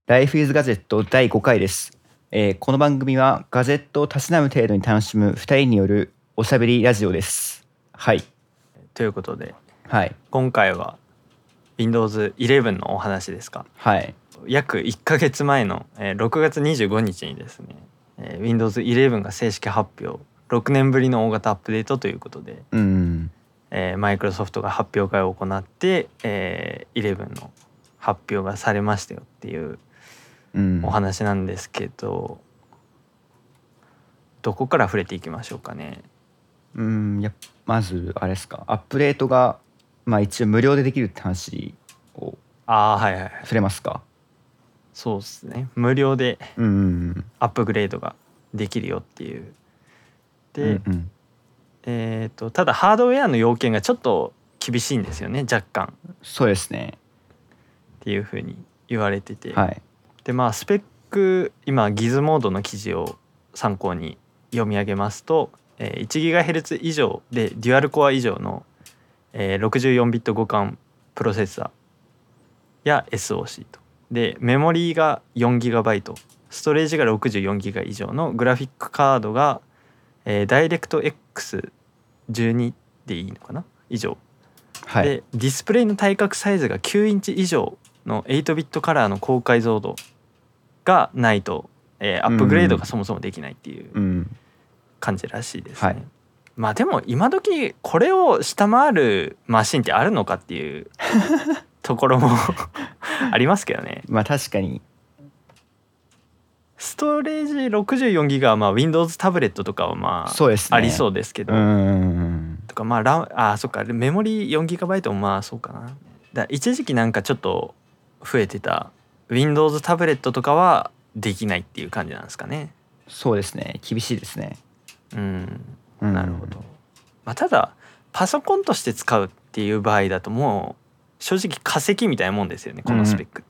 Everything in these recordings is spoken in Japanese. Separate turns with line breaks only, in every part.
Life is Gadget 第5回です。この番組はガジェットをたしなむ程度に楽しむ2人によるおしゃべりラジオです。はい。
ということで、
はい。
今回は Windows 11のお話ですか。
はい。
約1ヶ月前の6月25日にですね、Windows 11が正式発表、6年ぶりの大型アップデートということで、マイクロソフトが発表会を行って、11の発表がされましたよっていうお話なんですけど、どこから触れていきましょうかね。
まずあれですか、アップデートが一応無料でできるって話を触れますか。
そうですね、無料でアップグレードができるよっていうで、ただハードウェアの要件がちょっと厳しいんですよね、若干。
そうですね
っていうふうに言われてて、
はい。
でスペック、今ギズモードの記事を参考に読み上げますと、1GHz 以上でデュアルコア以上の、64ビット互換プロセッサーや SoC と、でメモリーが 4GB、 ストレージが 64GB 以上のグラフィックカードが、ダイレクト X12 でいいのかな以上、
はい、
でディスプレイの対角サイズが9インチ以上の8ビットカラーの高解像度がないと、アップグレードがそもそもできないっていう感じらしいですね。まあでも今時これを下回るマシンってあるのかっていうところもありますけどね。
まあ確かに
ストレージ64ギガはWindows タブレットとかは
そうですね、
ありそうですけど、とかそっかメモリー 4GB もそうかな。一時期なんかちょっと増えてた Windows タブレットとかはできないっていう感じなんですかね。
そうですね、厳しいですね。
なるほど。ただパソコンとして使うっていう場合だともう正直化石みたいなもんですよね、このスペックって。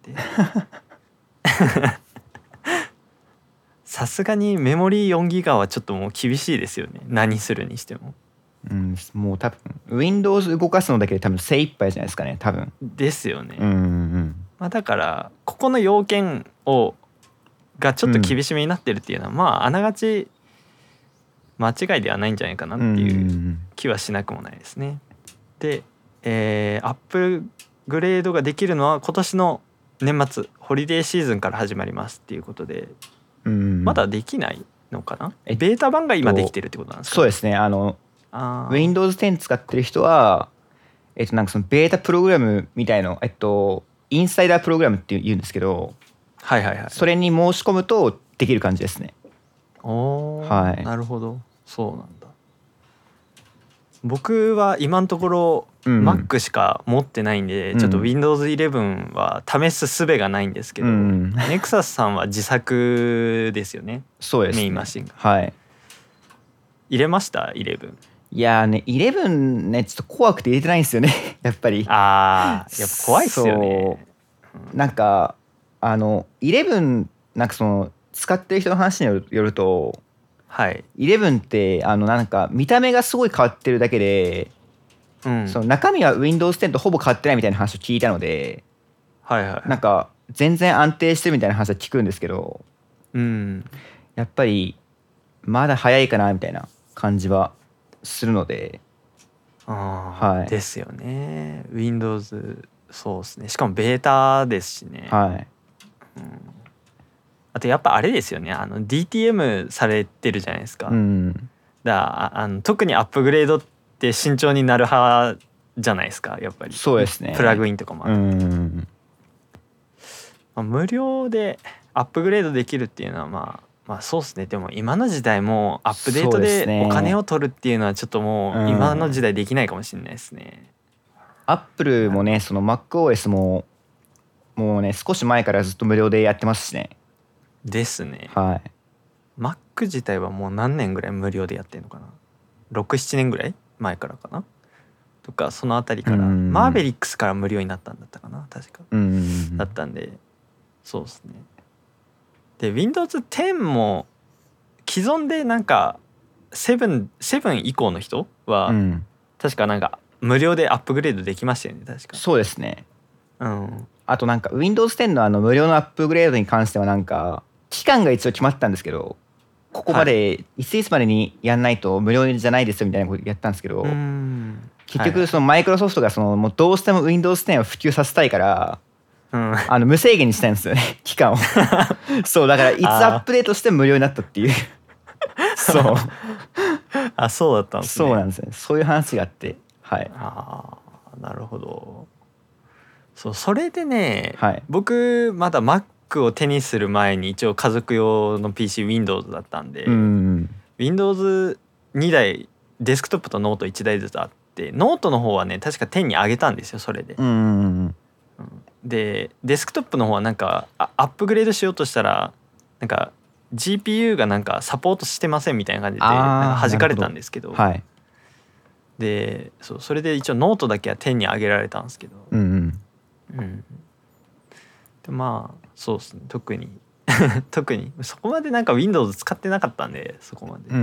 さすがにメモリー4ギガはちょっともう厳しいですよね、何するにしても。
もう多分 Windows 動かすのだけで多分精一杯じゃないですかね、多分。
ですよね。だからここの要件がちょっと厳しめになってるっていうのはあながち間違いではないんじゃないかなっていう気はしなくもないですね。で、アップグレードができるのは今年の年末ホリデーシーズンから始まりますっていうことで、まだできないのかな。ベータ版が今できてるってことなんですか。
そうですね、Windows 10使ってる人はなんかそのベータプログラムみたいのインサイダープログラムって言うんですけど、それに申し込むとできる感じですね。
なるほど、そうなんだ。僕は今のところ Mac しか持ってないんで、ちょっと Windows 11は試す術がないんですけど、Nexus さんは自作ですよね。
そうですね、
メインマシンが。入れました 11。
いやね、11ね、ちょっと怖くて入れてないんですよねやっぱり。
やっぱ怖いっすよね。
なんか11なんかその使ってる人の話によると、11ってなんか見た目がすごい変わってるだけで、その中身は Windows 10とほぼ変わってないみたいな話を聞いたので、なんか全然安定してるみたいな話は聞くんですけど、やっぱりまだ早いかなみたいな感じはするので。
ですよね。 Windows そうですね、しかもベータですしね。あとやっぱあれですよね、DTM されてるじゃないですか。特にアップグレードって慎重になる派じゃないですか、やっぱり。
そうですね、
プラグインとかもある。無料でアップグレードできるっていうのはそうですね。でも今の時代もアップデートでお金を取るっていうのはちょっともう今の時代できないかもしれないですね。
アップルもね、その MacOS ももうね少し前からずっと無料でやってますしね。
ですね。Mac 自体はもう何年ぐらい無料でやってるのかな。6、7年ぐらい前からかなとか、そのあたりからマーベリックスから無料になったんだったかな、確か。だったんで、そうですね。で Windows 10も既存でなんか7以降の人は確かなんか無料でアップグレードできましたよね、確か。
そうですね。 あとなんか Windows 10の無料のアップグレードに関してはなんか期間が一応決まったんですけど、ここまでいついつまでにやんないと無料じゃないですよみたいなことやったんですけど、結局そのマイクロソフトがもうどうしても Windows 10を普及させたいから、無制限にしたんですよね期間をそうだからいつアップデートしても無料になったっていうそう
あ、そうだったんですね。
そうなんですね。そういう話があって、はい。
ああ、なるほど。そう、それでね、
はい、
僕まだ Mac を手にする前に一応家族用の PC Windows だったんで、Windows2 台デスクトップとノート1台ずつあって、ノートの方はね確か10に上げたんですよそれで。でデスクトップの方はなんかアップグレードしようとしたらなんか GPU がなんかサポートしてませんみたいな感じでなんか弾かれたんですけど、
はい、
でそれで一応ノートだけは10に上げられたんですけど、でまあそうですね、特にそこまでなんか Windows 使ってなかったんで、そこまで、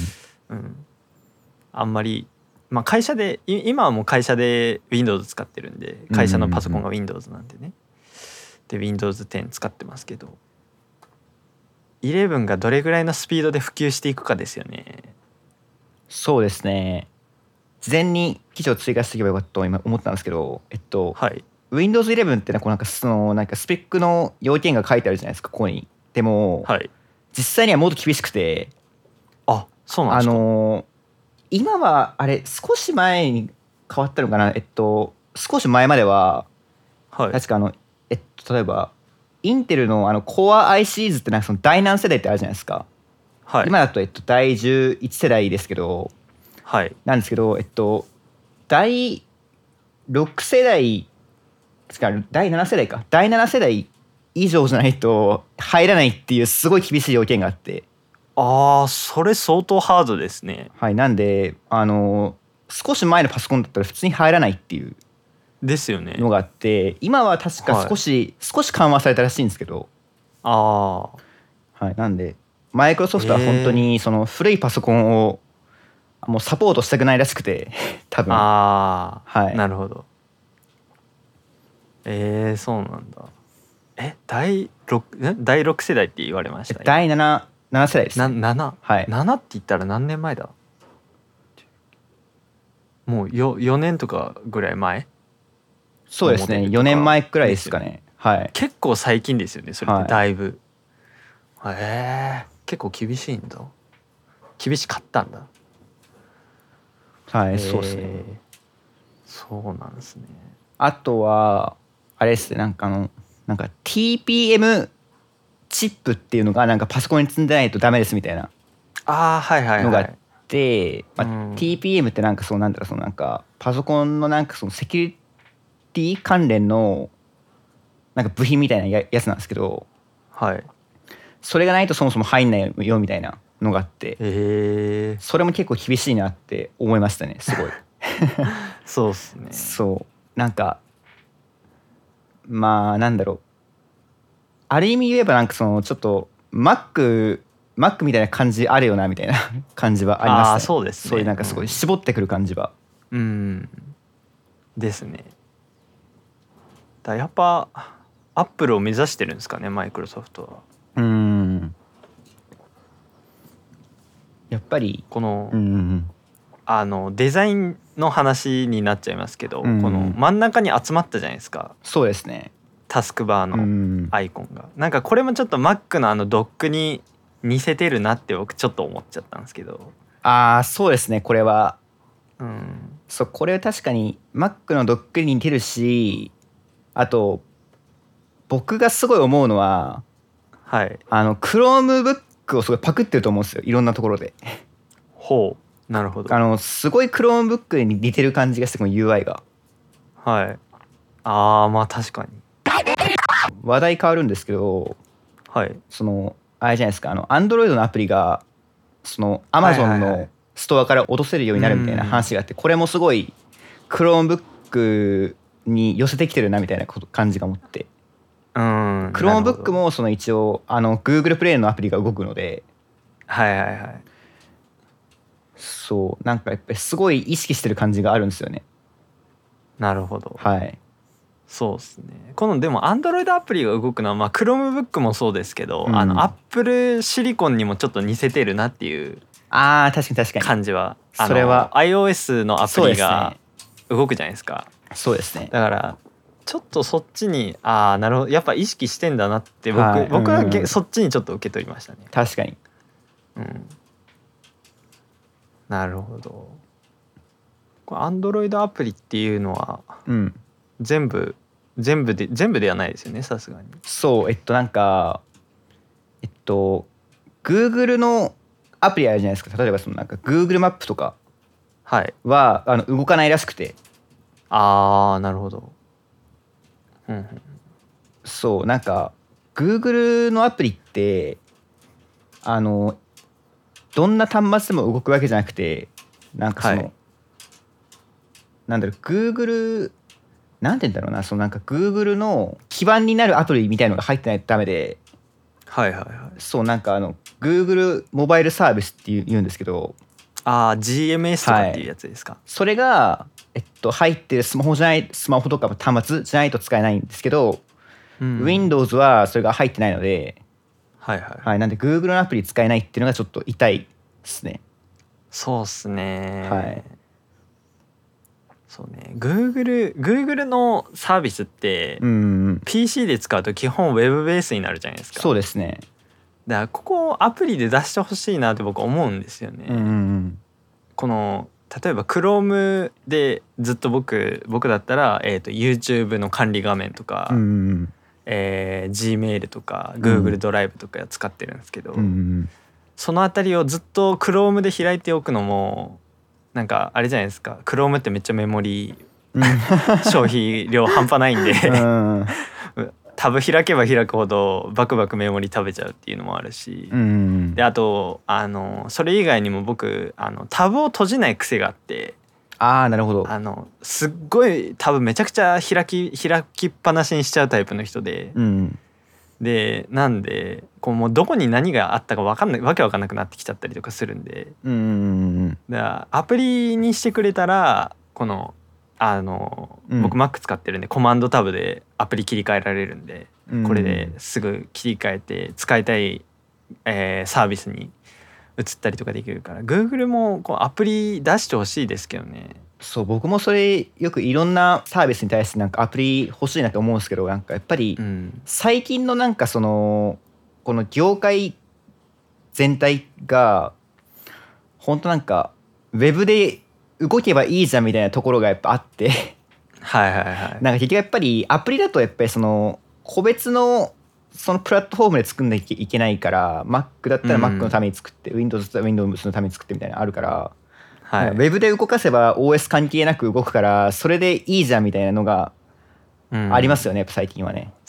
あんまり、まあ会社で今はもう会社で Windows 使ってるんで、会社のパソコンが Windows なんでね、で Windows 10使ってますけど、11がどれぐらいのスピードで普及していくかですよね。
そうですね。事前に記事を追加しておけばよかったと今思ったんですけど、
はい、
Windows 11ってなんかスペックの要件が書いてあるじゃないですか、ここに。でも、
はい、
実際にはもっと厳しくて、
あ、そうなんですか。
今はあれ少し前に変わったのかな。少し前までは、
はい、
確か例えばインテルのCore ICs ってなんかその第何世代ってあるじゃないですか。
はい、
今だと第11世代ですけど、
はい、
なんですけど、第6世代ですか、第7世代か、第7世代以上じゃないと入らないっていうすごい厳しい要件があって、
ああ、それ相当ハードですね。
はい、なんで少し前のパソコンだったら普通に入らないっていう
ですよね。
のがあって、今は確か少し緩和されたらしいんですけど、
ああ、
はい、なんでマイクロソフトは本当にその古いパソコンをもうサポートしたくないらしくて多分。
ああ、
はい、
なるほど。そうなんだ。第6世代って言われました？
第7世代ですね。
7、
はい、
7って言ったら何年前だ？もう4年とかぐらい前？
そうですね、4年前くらいですかね。はい、
結構最近ですよねそれってだいぶ。結構厳しいんだ。厳しかったんだ。
はい、そうですね。
そうなんですね。
あとはあれですね、なんかTPM チップっていうのがなんかパソコンに積んでないとダメですみたいなのがあって、TPM ってなんかなんだろう、なんかパソコンのなんかそのセキュリティ関連のなんか部品みたいなやつなんですけど、
はい、
それがないとそもそも入んないよみたいなのがあって、それも結構厳しいなって思いましたね、すごい
そうっすね。
そうなんかまあなんだろう、ある意味言えばなんかちょっとMac みたいな感じあるよなみたいな感じはありましたね。
そうですね。
そういうなんかすごい絞ってくる感じは。
ですね。やっぱアップルを目指してるんですかね、マイクロソフトは。
やっぱり
この、デザインの話になっちゃいますけど、この真ん中に集まったじゃないですか。
そうですね。
タスクバーのアイコンが、なんかこれもちょっと Mac のドックに似せてるなって僕ちょっと思っちゃったんですけど。
そうですね、これは。これは確かに Mac のドックに似てるし、あと僕がすごい思うのは、
はい、
Chromebook をすごいパクってると思うんですよ、いろんなところで。
ほう、なるほど。
すごい Chromebook に似てる感じがして、この UI が。
はい。まあ確かに。
話題変わるんですけど、
はい、
あれじゃないですか、Android のアプリがAmazon のストアから落とせるようになるみたいな話があって、これもすごい Chromebook に寄せてきてるなみたいな感じが思って、Chromebook も一応Google プレイのアプリが動くので、そうなんかやっぱりすごい意識してる感じがあるんですよね。
なるほど。
はい。
そうですね。このでも Android アプリが動くのはまあ Chromebook もそうですけど、Apple シリコンにもちょっと似せてるなっていう
確かに確かに
感じは、
それは
iOS のアプリが動くじゃないですか。
そうですね。
だからちょっとそっちになるほど、やっぱ意識してんだなって僕はそっちにちょっと受け取りましたね。
確かに。
なるほど。これ Android アプリっていうのは、全部ではないですよね、さすがに。
そう、なんかGoogle のアプリあるじゃないですか。例えばそのなんか Google マップとかは、動かないらしくて。
なるほど。
そう、なんか Google のアプリってどんな端末でも動くわけじゃなくて、なんかその、なんだろう、Google なんて言うんだろうな、そのなんか Google の基盤になるアプリみたいのが入ってないとダメで、そう、なんかGoogle モバイルサービスって言うんですけど、
GMS とかっていうやつですか。
それが入ってるスマホとか端末じゃないと使えないんですけど、Windows はそれが入ってないので、なんで Google のアプリ使えないっていうのがちょっと痛いですね。
そうっすね。そうね、Google のサービスって、PC で使うと基本 Web ベースになるじゃないですか。
そうですね。
だからここをアプリで出してほしいなって僕思うんですよね。この例えば Chrome でずっと僕だったら、YouTube の管理画面とか、Gmail とか Google ドライブとか使ってるんですけど、そのあたりをずっと Chrome で開いておくのもなんかあれじゃないですか。 Chrome ってめっちゃメモリ消費量半端ないんでタブ開けば開くほどバクバクメモリ食べちゃうっていうのもあるし、であとそれ以外にも僕タブを閉じない癖があって、
なるほど。
すっごいタブめちゃくちゃ開きっぱなしにしちゃうタイプの人で、でなんでこうもうどこに何があったかわけわかんなくなってきちゃったりとかするんで、だからアプリにしてくれたらこの僕 Mac 使ってるんでコマンドタブでアプリ切り替えられるんで、これですぐ切り替えて使いたい、サービスに移ったりとかできるから、 Google もこうアプリ出してほしいですけどね。
そう、僕もそれよくいろんなサービスに対してなんかアプリ欲しいなと思うんですけど、なんかやっぱり最近のなんかそのこの業界全体が本当なんかウェブで動けばいいじゃんみたいなところがやっぱあってなんか結局やっぱりアプリだとやっぱりその個別のそのプラットフォームで作んなきゃいけないから、Mac だったら Mac のために作って、Windows だったら Windows のために作ってみたいなのあるから、ウェブで動かせば OS 関係なく動くからそれでいいじゃんみたいなのがありますよね、やっぱ最近はね。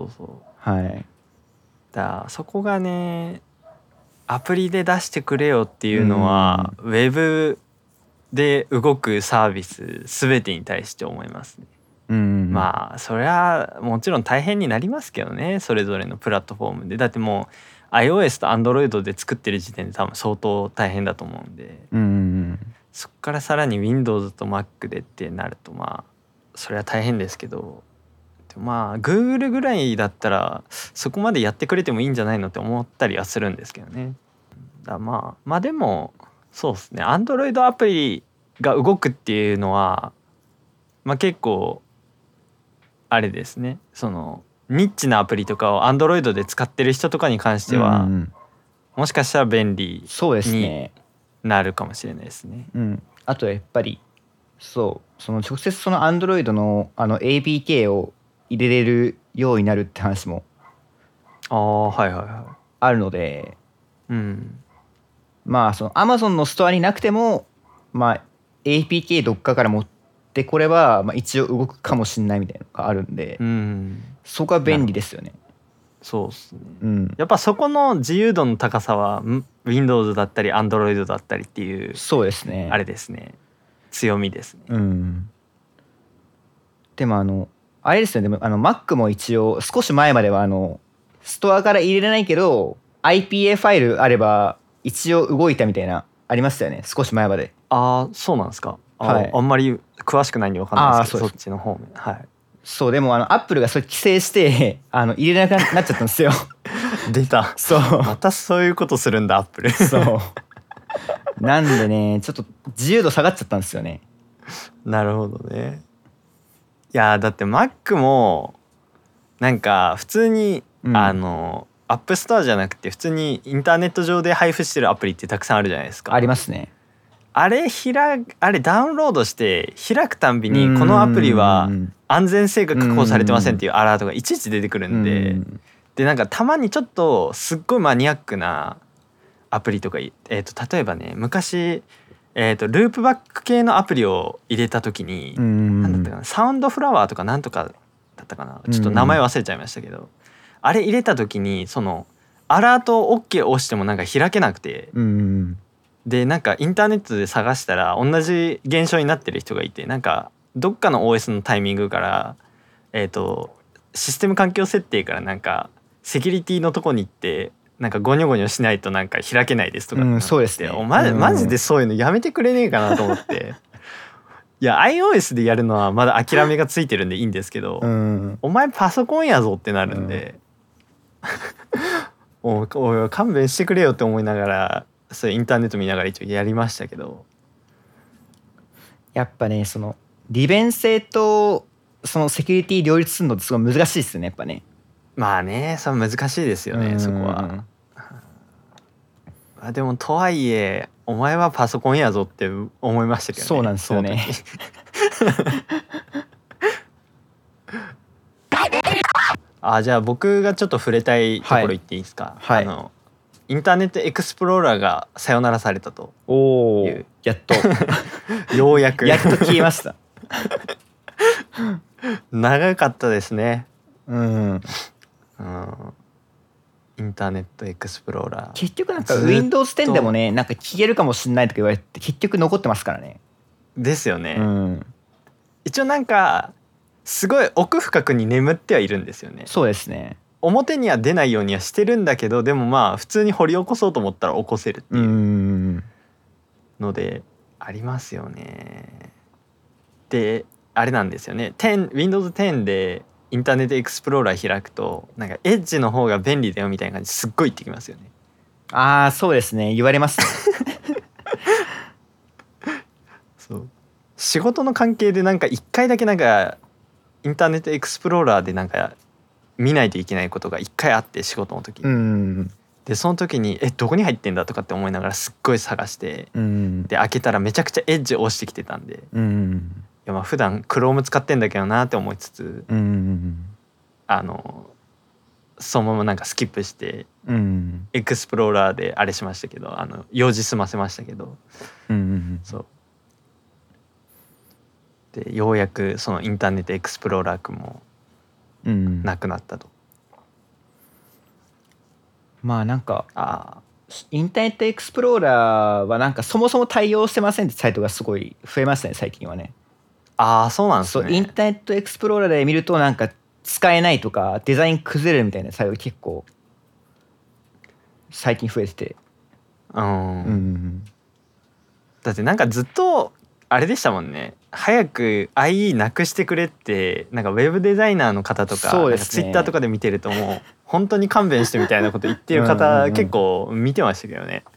だそこがね、アプリで出してくれよっていうのは、ウェブで動くサービス全てに対して思いますね。まあそれはもちろん大変になりますけどね、それぞれのプラットフォームで。だってもう iOS と Android で作ってる時点で多分相当大変だと思うんで、そっからさらに Windows と Mac でってなるとまあそれは大変ですけど、まあ Google ぐらいだったらそこまでやってくれてもいいんじゃないのって思ったりはするんですけどね。まあでもそうですね、 Android アプリが動くっていうのはまあ結構あれですね、そのニッチなアプリとかを Android で使ってる人とかに関しては、もしかしたら便利になるかもしれないですね。
あとやっぱりその直接その Android のAPK を入れれるようになるって話もあるので、まあその Amazon のストアになくてもまあ APK どっかから持ってこれば、まあ、一応動くかもしれないみたいなのがあるんで、そこは便利ですよね。
そうですね、やっぱそこの自由度の高さは Windows だったり Android だったりっていう、
そうですね、
あれですね、強みですね。
でもあれですよね、でもMac も一応少し前まではストアから入れれないけど IPA ファイルあれば一応動いたみたいなありましたよね、少し前まで。
そうなんですか。あんまり詳しくないんで分かんないですけど、そっちの方面。
そうでもアップルがそれ規制して入れなくなっちゃったんですよ。
出た。
そう
またそういうことするんだアップル。
そうなんでねちょっと自由度下がっちゃったんですよね。
なるほどね。いやだって Mac もなんか普通に、アップストアじゃなくて普通にインターネット上で配布してるアプリってたくさんあるじゃないですか。
ありますね。
あれダウンロードして開くたんびにこのアプリは安全性が確保されてませんっていうアラートがいちいち出てくるんで、でなんかたまにちょっとすっごいマニアックなアプリとか、例えばね昔、ループバック系のアプリを入れた時に何だったかな、サウンドフラワーとかなんとかだったかな、ちょっと名前忘れちゃいましたけど、あれ入れた時にそのアラート OK を押してもなんか開けなくて、でなんかインターネットで探したら同じ現象になってる人がいて、なんかどっかの OS のタイミングからシステム環境設定からなんかセキュリティのとこに行ってなんかゴニョゴニョしないとなんか開けないですとかってなって、
そうですね。
マジでそういうのやめてくれねえかなと思っていや iOS でやるのはまだ諦めがついてるんでいいんですけど、お前パソコンやぞってなるんで、おい勘弁してくれよって思いながらそれインターネット見ながら一応やりましたけど、
やっぱねその利便性とそのセキュリティ両立するのってすごい難しいですよねやっぱね。
まあねそれ難しいですよねそこは。でもとはいえお前はパソコンやぞって思いましたけどね。
そうなんですよね。
じゃあ僕がちょっと触れたいところ言っていいですか。インターネットエクスプローラーがさよならされたという。
やっと
ようやく
やっと消えました。
長かったですね。インターネットエクスプローラー
結局なんか Windows 10でもねなんか消えるかもしれないとか言われて結局残ってますからね。
ですよね。一応なんかすごい奥深くに眠ってはいるんですよね。
そうですね。
表には出ないようにはしてるんだけど、でもまあ普通に掘り起こそうと思ったら起こせるっていうのでありますよね。であれなんですよね。Windows 10でインターネットエクスプローラー開くとなんかエッジの方が便利だよみたいな感じすっごい言ってきますよね。
そうですね言われますね。
そう仕事の関係でなんか1回だけなんかインターネットエクスプローラーでなんか見ないといけないことが1回あって仕事の時に、でその時にどこに入ってんだとかって思いながらすっごい探して、で開けたらめちゃくちゃエッジ押してきてたんで、いやまあ普段 Chrome 使ってんだけどなって思いつつ、そのままなんかスキップして、エクスプローラーであれしましたけど用事済ませましたけど、そうでようやくそのインターネットエクスプローラー君もなくなったと。
まあなんかインターネットエクスプローラーはなんかそもそも対応してませんってサイトがすごい増えましたね最近はね。
そうなんですね。
インターネットエクスプローラーで見るとなんか使えないとかデザイン崩れるみたいなサイトが結構最近増えてて、
だってなんかずっとあれでしたもんね。早く IE なくしてくれってなんかウェブデザイナーの方とかツイッターとかで見てるともう本当に勘弁してみたいなこと言ってる方結構見てましたけどね。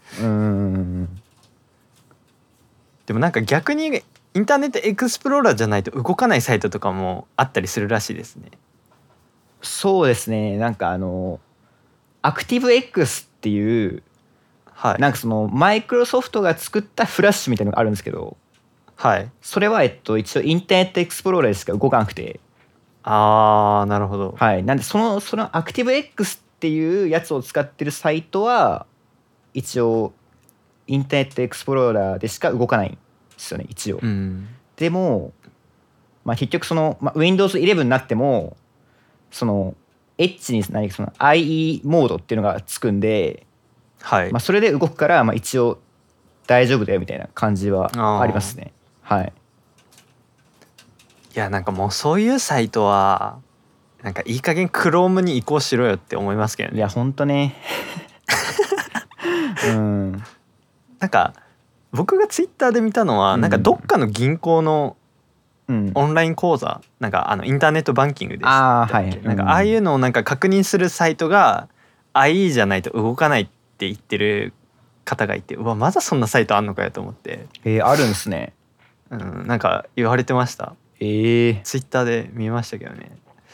でもなんか逆にインターネットエクスプローラーじゃないと動かないサイトとかもあったりするらしいですね。
そうですね。なんかアクティブ X っていう、なんかそのマイクロソフトが作ったフラッシュみたいなのがあるんですけど、それは一応インターネットエクスプローラーでしか動かなくて、
なるほど。
なんでそのアクティブ X っていうやつを使ってるサイトは一応インターネットエクスプローラーでしか動かないんですよね一応。でも、結局その、Windows 11になってもそのエッジにその IE モードっていうのがつくんで、それで動くから一応大丈夫だよみたいな感じはありますね。
いやなんかもうそういうサイトはなんかいい加減 Chrome に移行しろよって思いますけどね。
いやほんとね
なんか僕がツイッターで見たのは、なんかどっかの銀行のオンライン講座なんかインターネットバンキングです、
はい、
なんかああいうのをなんか確認するサイトが IE じゃないと動かないって言ってる方がいて、うわまだそんなサイトあんのかよと思って。
あるんですね。
なんか言われてました。ツイッターで見ましたけどね。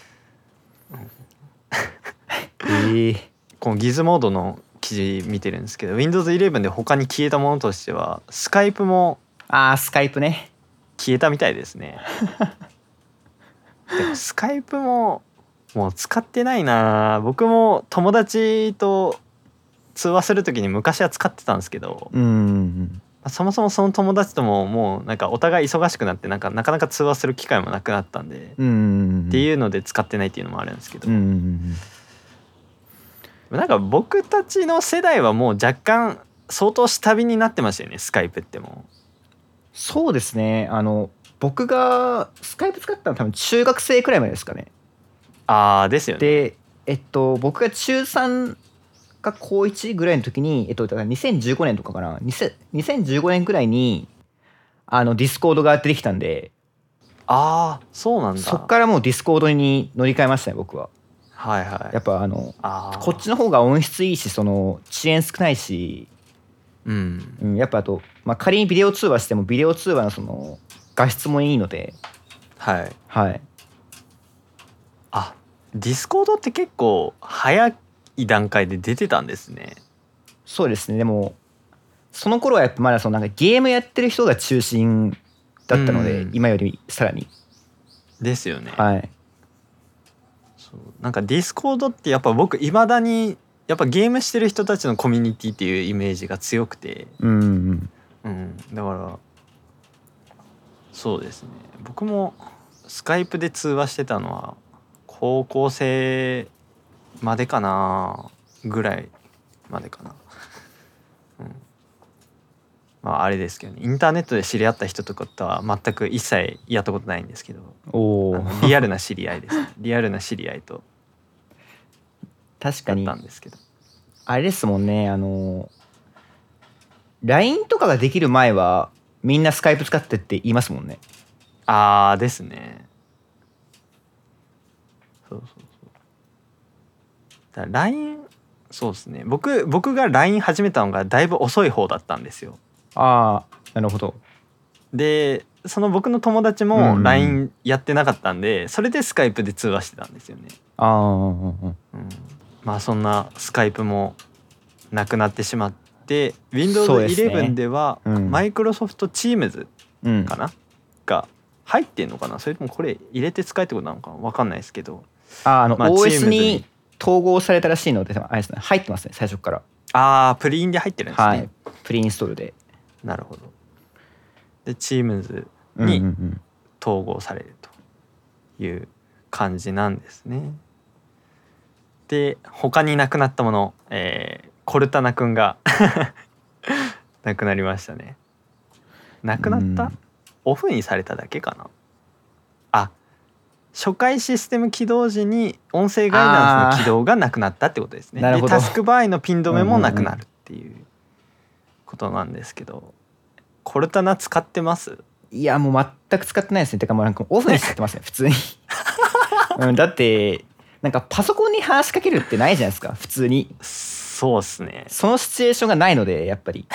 このギズモードの記事見てるんですけど、 Windows 11で他に消えたものとしてはスカイプも
スカイプね
消えたみたいですね。でもスカイプももう使ってないな。僕も友達と通話する時に昔は使ってたんですけど、そもそもその友達とももうなんかお互い忙しくなってなかなか通話する機会もなくなったんで、っていうので使ってないっていうのもあるんですけど、なんか僕たちの世代はもう若干相当下火になってましたよね、スカイプってもう。
そうですね。僕がスカイプ使ったの多分中学生くらいまでですかね。
ですよね。
で僕が中3か高1ぐらいの時にだから2015年とかかな、2015年くらいにディスコードが出てきたんで。
そうなんだ。
そっからもうディスコードに乗り換えましたね、僕は。やっぱこっちの方が音質いいし、その遅延少ないし、やっぱあと、仮にビデオ通話してもビデオ通話のその画質もいいので。
ディスコードって結構早い段階で出てたんですね。
そうですね。でもその頃はやっぱまだそのなんかゲームやってる人が中心だったので、今よりさらに
ですよね。そうなんかディスコードってやっぱ僕いまだにやっぱゲームしてる人たちのコミュニティっていうイメージが強くて、だからそうですね、僕もスカイプで通話してたのは高校生までかなぐらいまでかな。あれですけどね、インターネットで知り合った人とかとは全く一切やったことないんですけど、リアルな知り合いですね。リアルな知り合いと
確かに
だったんですけど、
あれですもんね、LINE とかができる前はみんなスカイプ使ってって言いますもんね。
ですね。そうだ LINE そうですね、僕が LINE 始めたのがだいぶ遅い方だったんですよ。
なるほど。
でその僕の友達も LINE やってなかったんで、それでスカイプで通話してたんですよね。そんなスカイプもなくなってしまって、 Windows 11ではマイクロソフト Teams かな、が入ってんのかな、それともこれ入れて使えってことなのか分かんないですけど、
OS に統合されたらしいので、あれですね、入ってますね、最初から。
プリインで入ってるんですね。
プリインストールで。
なるほど。で Teams に統合されるという感じなんですね。で他になくなったもの、コルタナくんがなくなりましたね。なくなった、オフにされただけかな。初回システム起動時に音声ガイダンスの起動がなくなったってことですね。でタスクバーのピン止めもなくなるっていうことなんですけど、コルタナ使ってます？
いやもう全く使ってないですね。てかもうなんかオフにしちゃってますね普通に。だってなんかパソコンに話しかけるってないじゃないですか普通に。
そうっすね。
そのシチュエーションがないのでやっぱり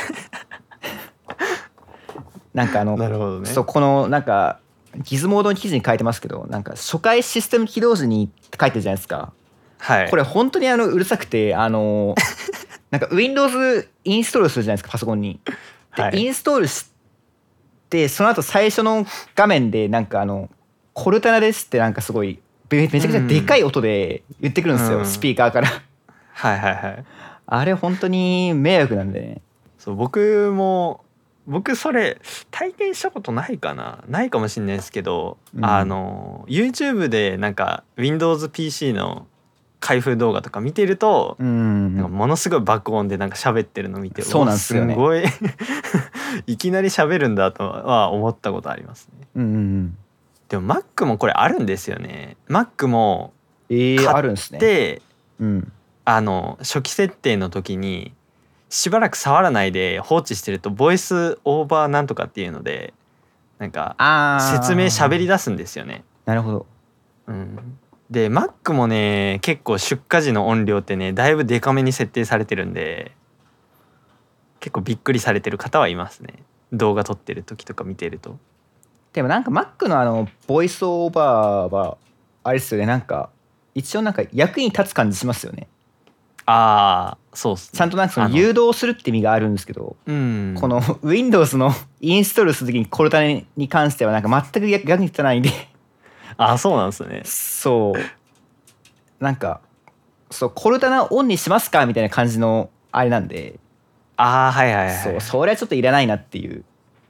なんか
なるほどね。
そうこのなんかギズモードの記事に書いてますけど、なんか初回システム起動時にって書いてるじゃないですか。これ本当にうるさくてなんか Windows インストールするじゃないですかパソコンに。で、インストールしてその後最初の画面でなんかコルタナですってなんかすごいめちゃくちゃでかい音で言ってくるんですよ、スピーカーから。あれ本当に迷惑なんでね。
そう僕それ体験したことないかもしれないですけど、YouTube でなんか Windows PC の開封動画とか見てると、なんかものすごい爆音でなんか喋ってるの見て、
そうなんですよね、
すごいいきなり喋るんだとは思ったことありますね。でも Mac もこれあるんですよね。Mac も
あるんです
ね。初期設定の時にしばらく触らないで放置してるとボイスオーバーなんとかっていうのでなんか説明喋り出すんですよね。
なるほど。
で Mac もね結構出荷時の音量ってねだいぶデカめに設定されてるんで結構びっくりされてる方はいますね。動画撮ってる時とか見てると。
でもなんか Mac のボイスオーバーはあれですよね、なんか一応なんか役に立つ感じしますよね。
そうっすね。
ちゃんとなんかその誘導するって意味があるんですけど、この Windows のインストールする時にコルタネに関してはなんか全く役に立たないんで
そうなんですね。
そうなんかコルタナオンにしますかみたいな感じのあれなんで、それはちょっといらないなっていう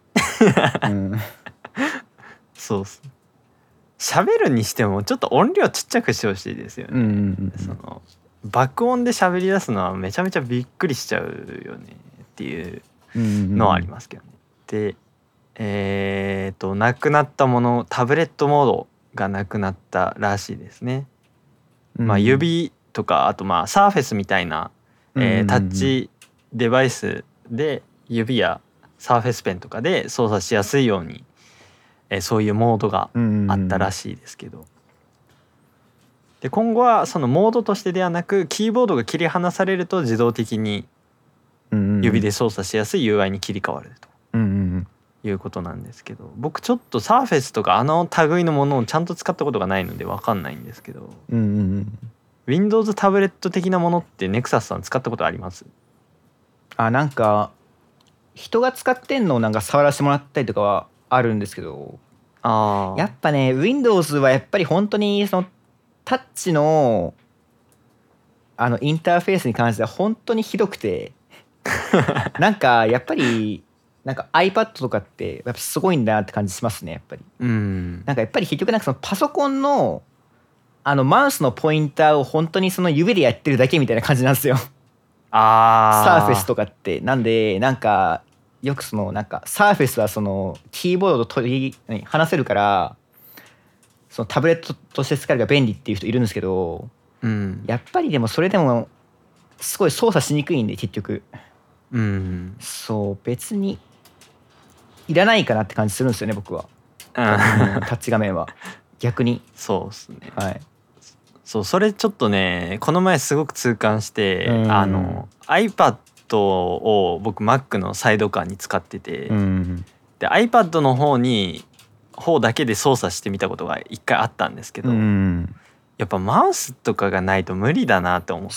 そうっす。喋るにしてもちょっと音量ちっちゃくしてほしいですよね。その爆音で喋り出すのはめちゃめちゃびっくりしちゃうよねっていうのはありますけどね。でなくなったもの、タブレットモードがなくなったらしいですね。指とかあとサーフェスみたいな、タッチデバイスで指やサーフェスペンとかで操作しやすいように、そういうモードがあったらしいですけど、で今後はそのモードとしてではなくキーボードが切り離されると自動的に指で操作しやすい UI に切り替わるということなんですけど、僕ちょっとサーフェスとか類のものをちゃんと使ったことがないので分かんないんですけど、Windows タブレット的なものってネクサスさん使ったことあります？
なんか人が使ってんのをなんか触らせてもらったりとかはあるんですけど、やっぱね Windows はやっぱり本当にそのタッチのインターフェースに関しては本当にひどくてなんかやっぱりなんか iPad とかってやっぱすごいんだなって感じしますねやっぱり。なんかやっぱり結局なんかそのパソコンのマウスのポインターを本当にその指でやってるだけみたいな感じなんですよサーフェスとかって。なんでなんかよくそのなんかサーフェスはそのキーボードと離せるからそのタブレットとして使えるが便利っていう人いるんですけど、やっぱりでもそれでもすごい操作しにくいんで結局、そう別にいらないかなって感じするんですよね僕は。タッチ画面は逆に。
そうですね。それちょっとねこの前すごく痛感して、iPad を僕 Mac のサイドカーに使ってて、で iPad の方だけで操作してみたことが一回あったんですけど、やっぱマウスとかがないと無理だなって思って、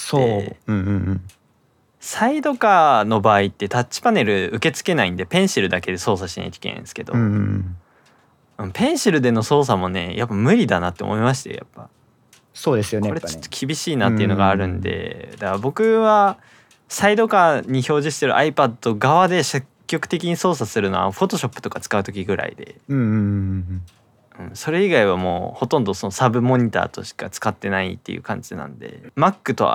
サイドカーの場合ってタッチパネル受け付けないんでペンシルだけで操作しないといけないんですけど、ペンシルでの操作もねやっぱ無理だなって思いまして、やっぱ
そうですよね。
これちょっと厳しいなっていうのがあるんで、だから僕はサイドカーに表示してる iPad 側で積極的に操作するのは Photoshop とか使う時ぐらいで、それ以外はもうほとんどそのサブモニターとしか使ってないっていう感じなんで、 Mac と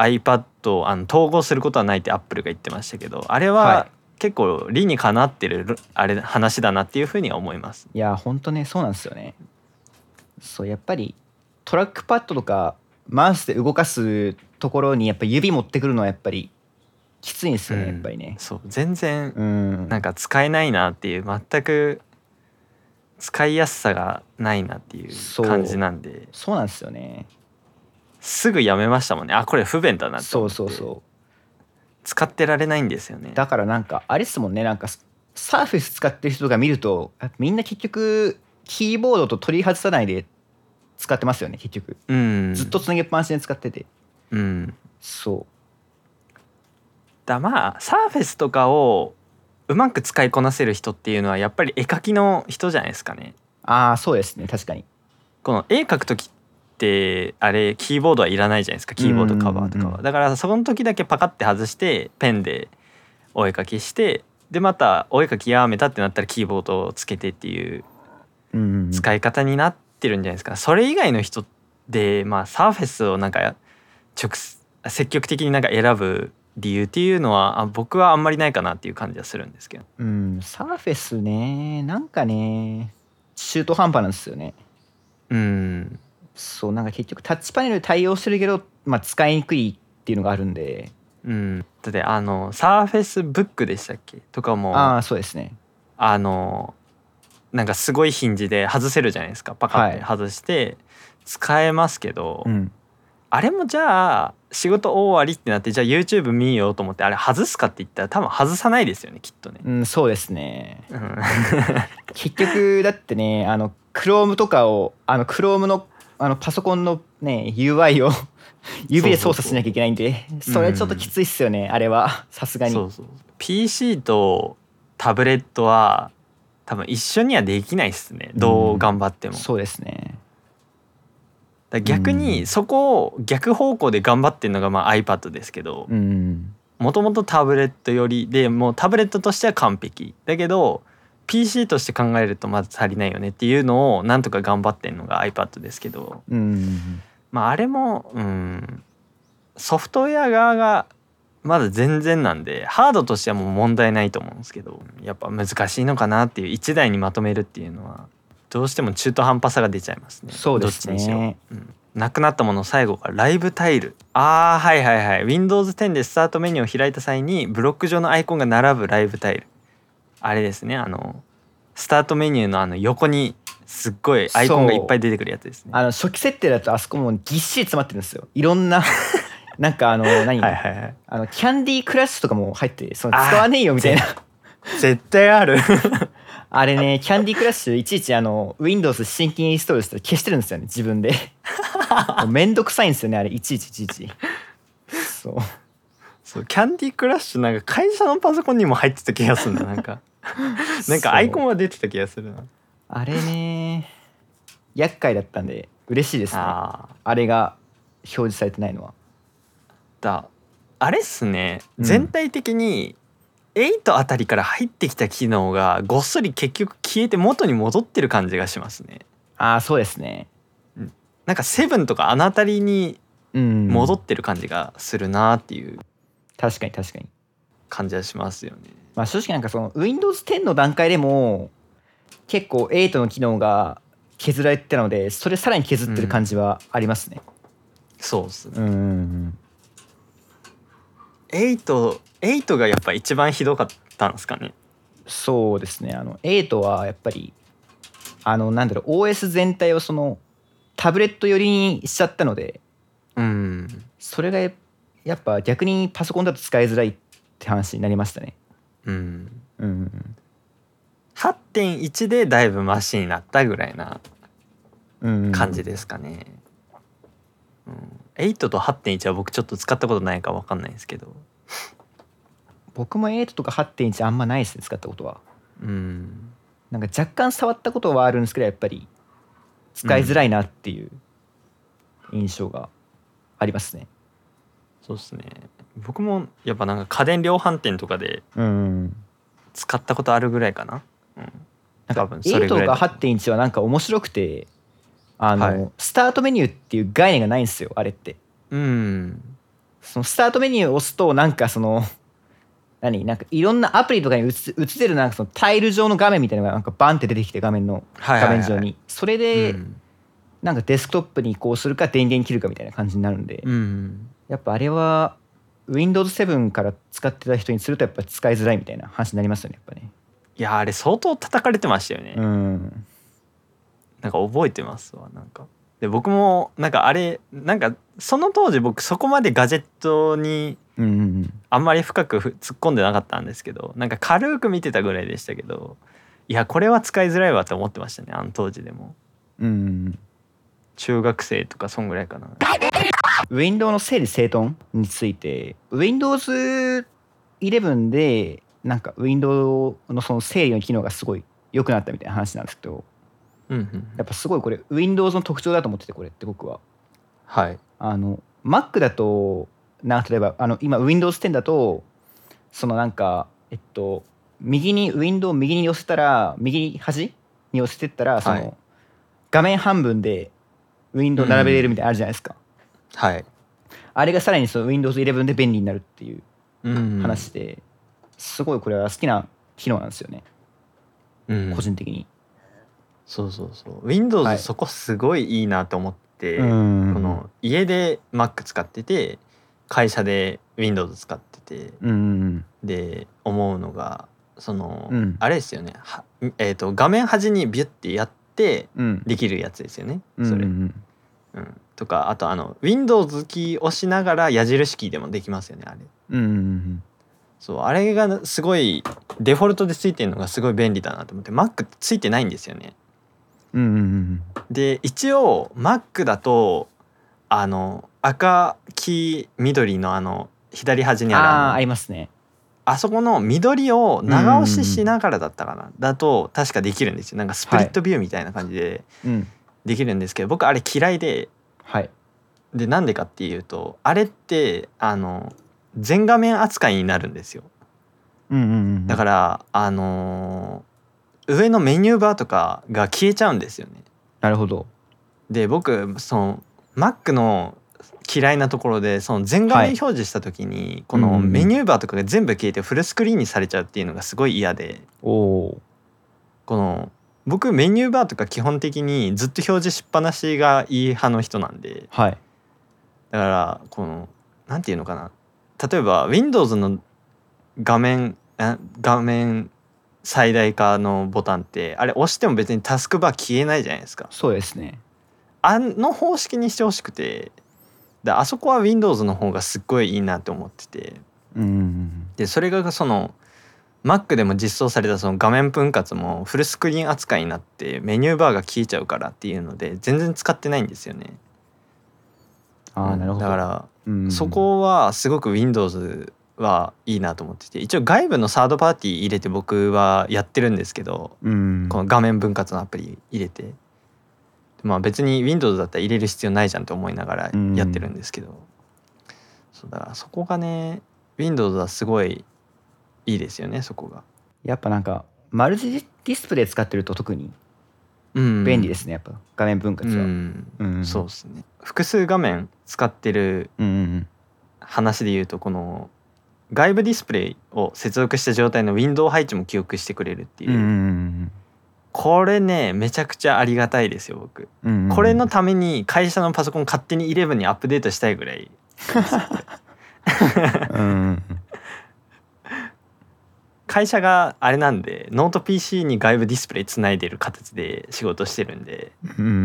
iPad を統合することはないって Apple が言ってましたけど、あれは結構理にかなってる話だなっていうふうには思います。
いやほんとねそうなんですよね。そうやっぱりトラックパッドとかマウスで動かすところにやっぱ指持ってくるのはやっぱりきついんですよね、やっぱりね。
そう全然なんか使えないなっていう、全く使いやすさがないなっていう感じなんで、
そうなんですよね。
すぐやめましたもんね。これ不便だなって思って。
そう
使ってられないんですよね。
だからなんかあれっすもんね、なんかサーフェス使ってる人が見るとみんな結局キーボードと取り外さないで使ってますよね結局。ずっとつなげっぱなしで使ってて。そう
だサーフェスとかをうまく使いこなせる人っていうのはやっぱり絵描きの人じゃないですかね。
そうですね確かに。
この絵描く時ってあれキーボードはいらないじゃないですか、キーボードカバーとかは。だからそこの時だけパカッて外してペンでお絵描きして、でまたお絵描きやめたってなったらキーボードをつけてっていう使い方になってるんじゃないですか。それ以外の人でサーフェスをなんか積極的になんか選ぶ理由っていうのは僕はあんまりないかなっていう感じはするんですけど。
サーフェスねなんかね中途半端なんですよね。そうなんか結局タッチパネル対応してるけど、使いにくいっていうのがあるんで。
だってサーフェスブックでしたっけとかも
そうですね。
なんかすごいヒンジで外せるじゃないですか。パカって外して使えますけど、あれもじゃあ仕事終わりってなってじゃあ YouTube 見ようと思ってあれ外すかって言ったら多分外さないですよねきっとね。
そうですね。結局だってねChrome とかをChrome のパソコンのね UI を指で操作しなきゃいけないんで、それちょっときついっすよね、あれはさすがに。
PC とタブレットは多分一緒にはできないっすね、どう頑張っても。
そうですね。
逆にそこを逆方向で頑張ってるのがまあ iPad ですけど、もともとタブレットよりでもうタブレットとしては完璧だけど PC として考えるとまず足りないよねっていうのをなんとか頑張ってるのが iPad ですけど、まああれもソフトウェア側がまだ全然なんでハードとしてはもう問題ないと思うんですけど、やっぱ難しいのかなっていう1台にまとめるっていうのはどうしても中途半端さが出ちゃいますね。
そうですね。
どっちにしろ、なくなったもの最後がライブタイル。はいはいはい。Windows 10でスタートメニューを開いた際にブロック上のアイコンが並ぶライブタイル。あれですね。スタートメニューの横にすっごいアイコンがいっぱい出てくるやつですね。
初期設定だとあそこもぎっしり詰まってるんですよ。いろんななんか何キャンディークラッシュとかも入って使わねえよみたいな
絶対ある
あれね、キャンディークラッシュいちいちWindows 新規インストールしたら消してるんですよね、自分でめんどくさいんですよね、あれいちいち。
そうキャンディークラッシュなんか会社のパソコンにも入ってた気がするな。なんかアイコンは出てた気がするな。
あれね厄介だったんで嬉しいですね、あれが表示されてないのは。
あれっすね、全体的に8あたりから入ってきた機能がごっそり結局消えて元に戻ってる感じがしますね。
そうですね。
なんか7とかあのあたりに戻ってる感じがするなっていう、
確かに
感じはしますよね。
まあ正直なんかその Windows 10の段階でも結構8の機能が削られてたので、それさらに削ってる感じはありますね。
そうですね。8がやっぱ一番ひどかったんですかね。
そうですね。8はやっぱりOS 全体をそのタブレット寄りにしちゃったので、それがやっぱ逆にパソコンだと使いづらいって話になりましたね。
8.1 でだいぶマシになったぐらいな感じですかね。8と 8.1 は僕ちょっと使ったことないか分かんないんですけど、
僕も8とか 8.1 あんまないですね、使ったことは。なんか若干触ったことはあるんですけど、やっぱり使いづらいなっていう印象がありますね。
そうですね。僕もやっぱなんか家電量販店とかで使ったことあるぐらいかな。
なんか8とか 8.1 はなんか面白くて、スタートメニューっていう概念がないんですよ、あれって。そのスタートメニューを押すとなんかなんかいろんなアプリとかに映せるなんかそのタイル状の画面みたいなのがなんかバンって出てきて、画面上に、それでなんかデスクトップに移行するか電源切るかみたいな感じになるんで、やっぱあれは Windows 7から使ってた人にするとやっぱ使いづらいみたいな話になりますよね、やっぱね。
いやあれ相当叩かれてましたよね。なんか覚えてますわ。なんかで僕もなんかあれなんかその当時僕そこまでガジェットにあんまり深く突っ込んでなかったんですけど、なんか軽く見てたぐらいでしたけど、いやこれは使いづらいわって思ってましたね、あの当時でも。中学生とかそんぐらいかな。
Windows の整理整頓について Windows 11でなんか Windows のその整理の機能がすごい良くなったみたいな話なんですけど、やっぱすごいこれ Windows の特徴だと思ってて、これって僕は。Mac だと例えば今 Windows 10だとそのなんか右に Windows を右に寄せたら右端に寄せてったらその画面半分で Windows 並べれるみたいなのあるじゃないですか。あれがさらにその Windows 11で便利になるっていう話で、すごいこれは好きな機能なんですよね、個人的に。
そう Windows そこすごいいいなと思って、この家で Mac 使ってて会社で Windows 使ってて、で思うのがその、
うん
あれですよね画面端にビュッてやって
うん
できるやつですよね、
うん
それ、とかあとWindows キー押しながら矢印キーでもできますよねあれ。そうあれがすごいデフォルトでついてるのがすごい便利だなと思って Mac ってついてないんですよね。で一応 Mac だと赤黄緑の左端にある
ありますね。
あそこの緑を長押ししながらだったかな、だと確かできるんですよ。なんかスプリットビューみたいな感じでできるんですけど、僕あれ嫌いで、でなんでかっていうとあれって全画面扱いになるんですよ。だから上のメニューバーとかが消えちゃうんですよね。
なるほど。
で僕その Mac の嫌いなところでその全画面表示した時にこのメニューバーとかが全部消えてフルスクリーンにされちゃうっていうのがすごい嫌で、この僕メニューバーとか基本的にずっと表示しっぱなしがいい派の人なんで、だからこのなんていうのかな、例えば Windows の画面最大化のボタンってあれ押しても別にタスクバー消えないじゃないですか。
そうですね。
方式にしてほしくて、あそこは Windows の方がすっごいいいなって思ってて、でそれがその Mac でも実装されたその画面分割もフルスクリーン扱いになってメニューバーが消えちゃうからっていうので全然使ってないんですよね。
なるほど。
だから、そこはすごく Windows はいいなと思ってて、一応外部のサードパーティー入れて僕はやってるんですけど、この画面分割のアプリ入れて、まあ別に Windows だったら入れる必要ないじゃんと思いながらやってるんですけど、そうだからそこがね Windows はすごいいいですよね。そこが
やっぱなんかマルチディスプレイ使ってると特に便利ですね、やっぱ画面分割は。
そうですね。複数画面使ってる話で言うと、この外部ディスプレイを接続した状態のウィンドウ配置も記憶してくれるっていう、これねめちゃくちゃありがたいですよ僕。これのために会社のパソコン勝手に11にアップデートしたいぐらい会社があれなんでノート PC に外部ディスプレイつないでる形で仕事してるんで、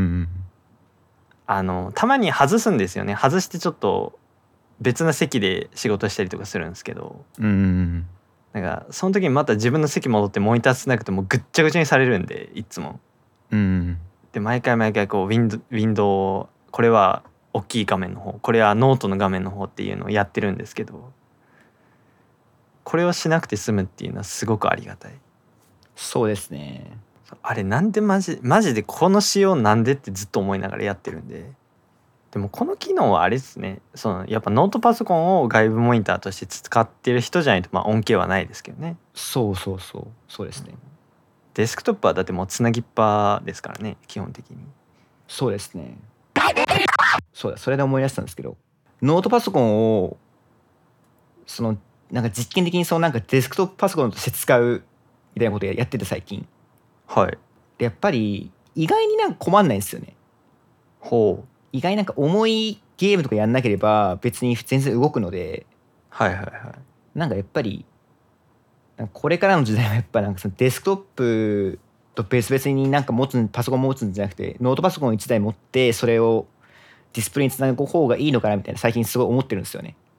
たまに外すんですよね。外してちょっと別な席で仕事したりとかするんですけど、なんかその時にまた自分の席戻ってモニターつなぐともうぐっちゃぐちゃにされるんでいつも、で毎回こうウィンドウこれは大きい画面の方、これはノートの画面の方っていうのをやってるんですけど、これをしなくて済むっていうのはすごくありがたい。
そうですね。
あれなんでマジでこの仕様なんでってずっと思いながらやってるんで。でもこの機能はあれですね、そのやっぱノートパソコンを外部モニターとして使ってる人じゃないとまあ恩恵はないですけどね。そう
ですね。
デスクトップはだってもうつなぎっぱですからね基本的に。
そうですね。それで思い出したんですけど、ノートパソコンをそのなんか実験的にそのなんかデスクトップパソコンとして使うみたいなことやってて最近。でやっぱり意外になんか困んないんですよね。意外になんか重いゲームとかやんなければ別に全然動くので、なんかやっぱりこれからの時代はやっぱなんかそのデスクトップと別々になんかパソコン持つんじゃなくてノートパソコン1台持ってそれをディスプレイにつなぐ方がいいのかなみたいな最近すごい思ってるんですよね。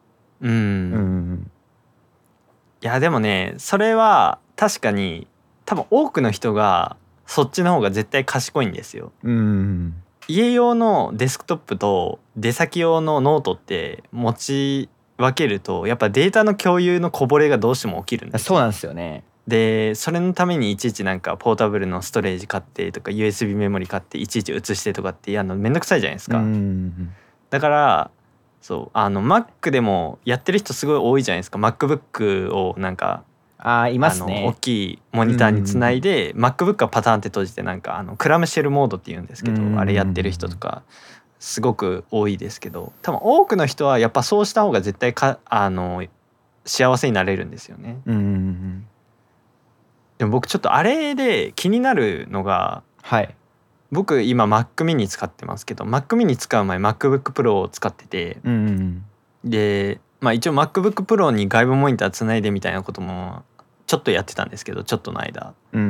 いやでもねそれは確かに多分多くの人がそっちの方が絶対賢いんですよ。家用のデスクトップと出先用のノートって持ち分けるとやっぱデータの共有のこぼれがどうしても起きるんですよ。
そうなんですよね。
でそれのためにいちいちなんかポータブルのストレージ買ってとか USB メモリ買っていちいち移してとかってやるのめんどくさいじゃないですか。だからそうMac でもやってる人すごい多いじゃないですか。 MacBook をなんか
いますね。
大きいモニターにつないで MacBook はパターンって閉じてなんかクラムシェルモードっていうんですけど、あれやってる人とかすごく多いですけど、多分多くの人はやっぱそうした方が絶対幸せになれるんですよね。でも僕ちょっとあれで気になるのが、僕今 Mac mini 使ってますけど Mac mini 使う前 MacBook Pro を使ってて、でまあ一応 MacBook Pro に外部モニターつないでみたいなこともちょっとやってたんですけど、ちょっとの間、
うん、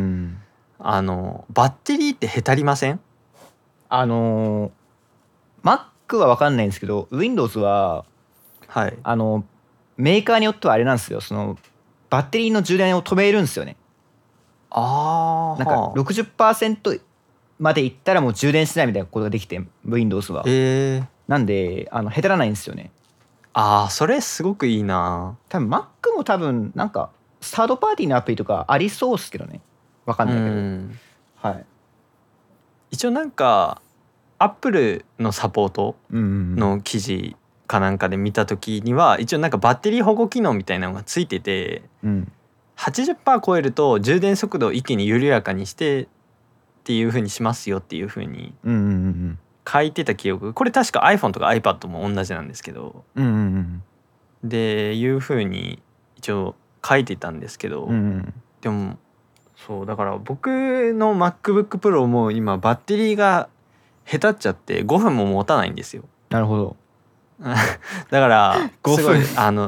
バッテリーってへたりません
？Mac は分かんないんですけど Windows は
はい。
メーカーによってはあれなんですよ、そのバッテリーの充電を止めるんですよね。なんか
ああ。
60%までいったらもう充電しないみたいなことができて Windows は。
えー、
なんでへたらないんですよね。
ああ、それすごくいいな。
多分 Mac も多分なんかサードパーティーのアプリとかありそうっすけどね。分かんないけど。はい。
一応なんかアップルのサポートの記事かなんかで見た時には一応なんかバッテリー保護機能みたいなのがついてて、80% 超えると充電速度を一気に緩やかにしてっていう風にしますよっていう風に書いてた記憶、これ確か iPhone とか iPad も同じなんですけど、でいう風に一応書いてたんですけど、でもそうだから僕の MacBook Pro も今バッテリーがへたっちゃって5分も持たないんですよ。
なるほど。
だからすごい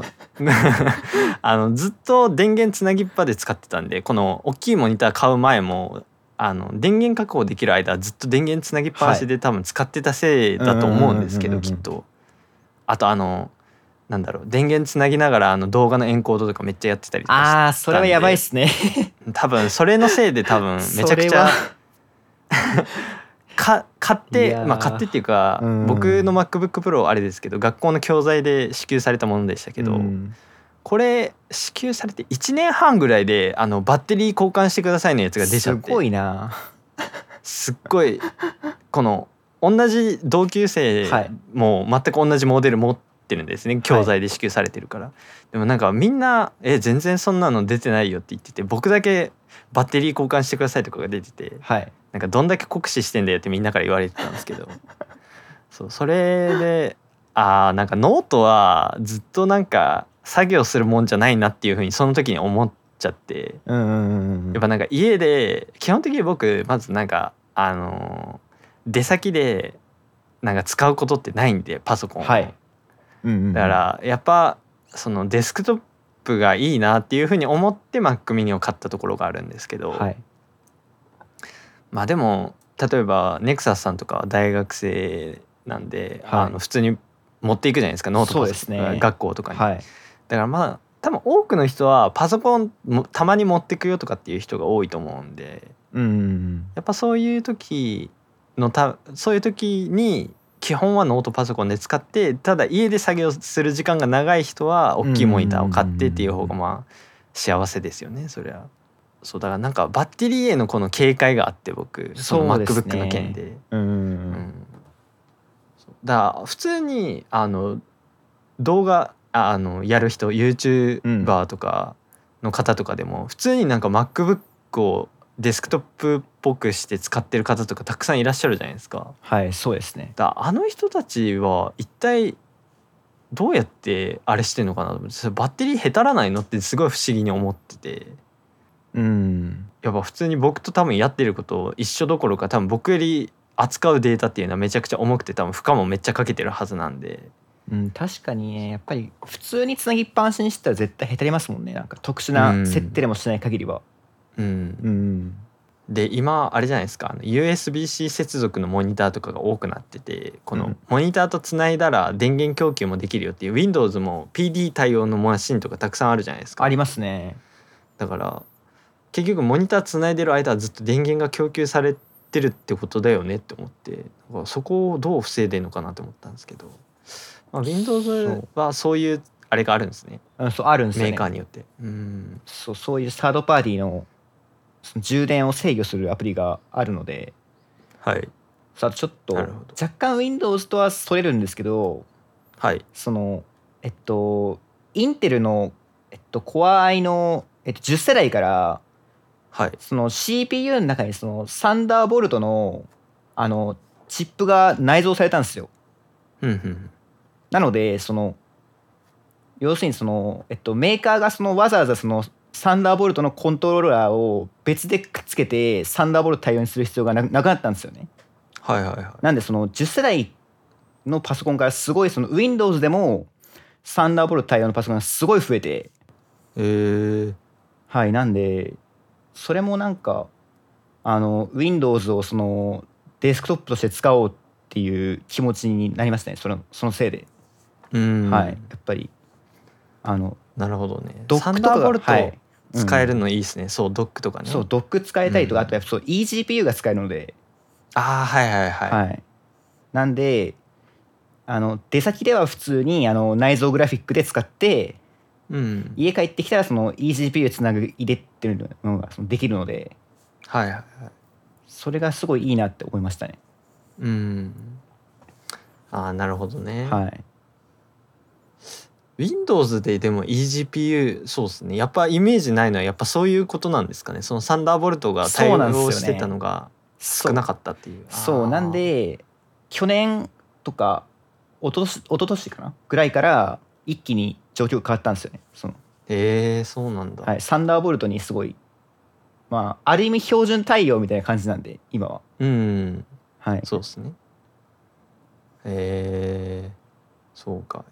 ずっと電源つなぎっぱで使ってたんで、この大きいモニター買う前も電源確保できる間ずっと電源つなぎっぱなしで多分使ってたせいだと思うんですけど、きっとあとなんだろう、電源つなぎながら動画のエンコードとかめっちゃやってたりとかしたんで。
ああ、それはやばいっすね。
多分それのせいで多分めちゃくちゃ買って買ってっていうか、僕の MacBook Pro あれですけど学校の教材で支給されたものでしたけど、これ支給されて1年半ぐらいでバッテリー交換してくださいのやつが出ちゃって、
すごいな。
すっごいこの同じ同級生も全く同じモデル持ってるんですね、教材で支給されてるから、でもなんかみんな全然そんなの出てないよって言ってて、僕だけバッテリー交換してくださいとかが出てて、なんかどんだけ酷使してんだよってみんなから言われてたんですけどそれでなんかノートはずっとなんか作業するもんじゃないなっていうふうにその時に思っちゃって、やっぱなんか家で基本的に僕まずなんか出先でなんか使うことってないんでパソコンを、だからやっぱそのデスクトップがいいなっていうふうに思って Mac mini を買ったところがあるんですけど、まあでも例えばネクサスさんとかは大学生なんで、普通に持っていくじゃないですか、ノートパソコン、学校とかに、だからまあ多分多くの人はパソコンたまに持ってくよとかっていう人が多いと思うんで、やっぱそういう時に基本はノートパソコンで使って、ただ家で作業する時間が長い人は大きいモニターを買ってっていう方がまあ幸せですよね、そりゃ。そうだからなんかバッテリーへのこの警戒があって、僕その MacBook の件で、だから普通に動画やる人 YouTuber とかの方とかでも普通になんか MacBook をデスクトップっぽくして使ってる方とかたくさんいらっしゃるじゃないですか。
そうですね。
あの人たちは一体どうやってあれしてんのかなと思って、バッテリーへたらないのってすごい不思議に思ってて、やっぱ普通に僕と多分やってること一緒どころか、多分僕より扱うデータっていうのはめちゃくちゃ重くて、多分負荷もめっちゃかけてるはずなんで、
確かにね、やっぱり普通につなぎっぱなしにしてたら絶対へたりますもんね、なんか特殊な設定でもしない限りは。
で今あれじゃないですか、USB-C 接続のモニターとかが多くなってて、このモニターとつないだら電源供給もできるよっていう Windows も PD 対応のマシンとかたくさんあるじゃないですか。
ありますね。
だから結局モニターつないでる間はずっと電源が供給されてるってことだよねって思って、そこをどう防いでるのかなと思ったんですけど、Windows はそういうあれがあるんですね。
そうあるんですよね、
メーカーによって。
そういうサードパーティーのその充電を制御するアプリがあるので、さあちょっと若干 Windows とはそれるんですけど、そのインテルのCore i の10世代から、その CPU の中にそのサンダーボルトのチップが内蔵されたんですよ。なのでその要するにそのメーカーがそのわざわざそのサンダーボルトのコントローラーを別でくっつけてサンダーボルト対応にする必要がなくなったんですよね。なんでその10世代のパソコンからすごいその Windows でもサンダーボルト対応のパソコンがすごい増えて、 はい、なんでそれもなんかWindows をそのデスクトップとして使おうっていう気持ちになりましたね。そのせいで。はい、やっぱり
なるほどね。
ドックとか
サンダーボルト、
はい、
使えるのいいですね。そうドックとかね。
そうドック使えたりとか、あとやっぱそう eGPU が使えるので、
はいはいはい。
はい、なんで出先では普通に内蔵グラフィックで使って、家帰ってきたらその eGPU つなぐ入れっていうのができるので、
はいはいはい、
それがすごいいいなって思いましたね。
なるほどね。
はい。
Windows ででも eGPU そうですね。やっぱイメージないのはやっぱそういうことなんですかね。そのサンダーボルトが対応してたのが少なかったっていう。
そうなんで去年とか一昨年かなぐらいから一気に状況が変わったんですよね。
そうなんだ。
はい、サンダーボルトにすごいある意味標準対応みたいな感じなんで今は。はい。
そうですね。そうか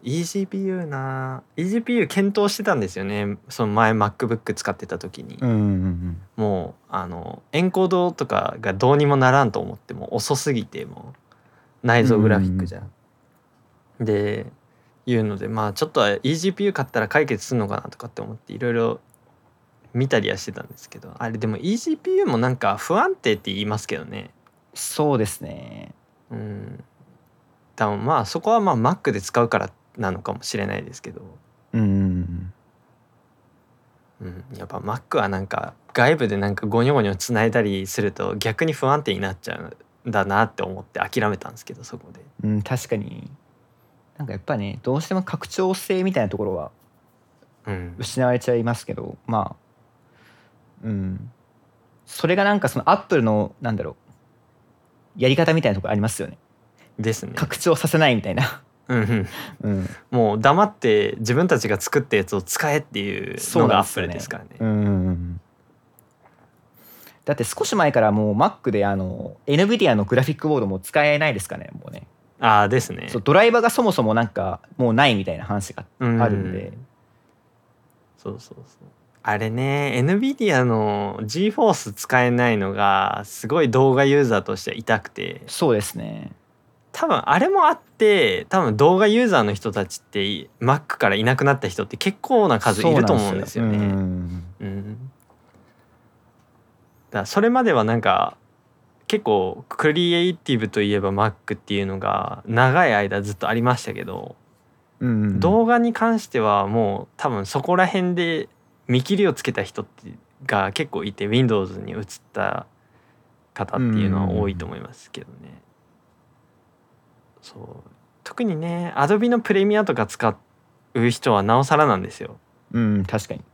eGPU 検討してたんですよね。その前 MacBook 使ってた時に、もうエンコードとかがどうにもならんと思っても遅すぎて、もう内蔵グラフィックじゃん、でいうのでちょっとは eGPU 買ったら解決するのかなとかって思っていろいろ見たりはしてたんですけど、あれでも eGPU もなんか不安定って言いますけどね。
そうですね。
多分そこはMac で使うからなのかもしれないですけど、やっぱ Mac はなんか外部でなんかゴニョゴニョつないだりすると逆に不安定になっちゃうんだなって思って諦めたんですけど、そこで。
確かになんかやっぱねどうしても拡張性みたいなところは失われちゃいますけど、それがなんかその Apple のなんだろうやり方みたいなところありますよね。
ですね。
拡張させないみたいな。
もう黙って自分たちが作ったやつを使えっていうのが Apple ですからね。
だって少し前からもう Mac でNVIDIA のグラフィックボードも使えないですかね、もうね。
ですね。
そうドライバーがそもそもなんかもうないみたいな話があるんで。
そうあれね NVIDIA の GeForce 使えないのがすごい動画ユーザーとしては痛くて。
そうですね。
多分あれもあって多分動画ユーザーの人たちって Mac からいなくなった人って結構な数いると思うんですよね。だからそれまではなんか結構クリエイティブといえば Mac っていうのが長い間ずっとありましたけど、動画に関してはもう多分そこら辺で見切りをつけた人が結構いて Windows に移った方っていうのは多いと思いますけどね。そう特にね Adobe のプレミアとか使う人はなおさらなんですよ。
確かに。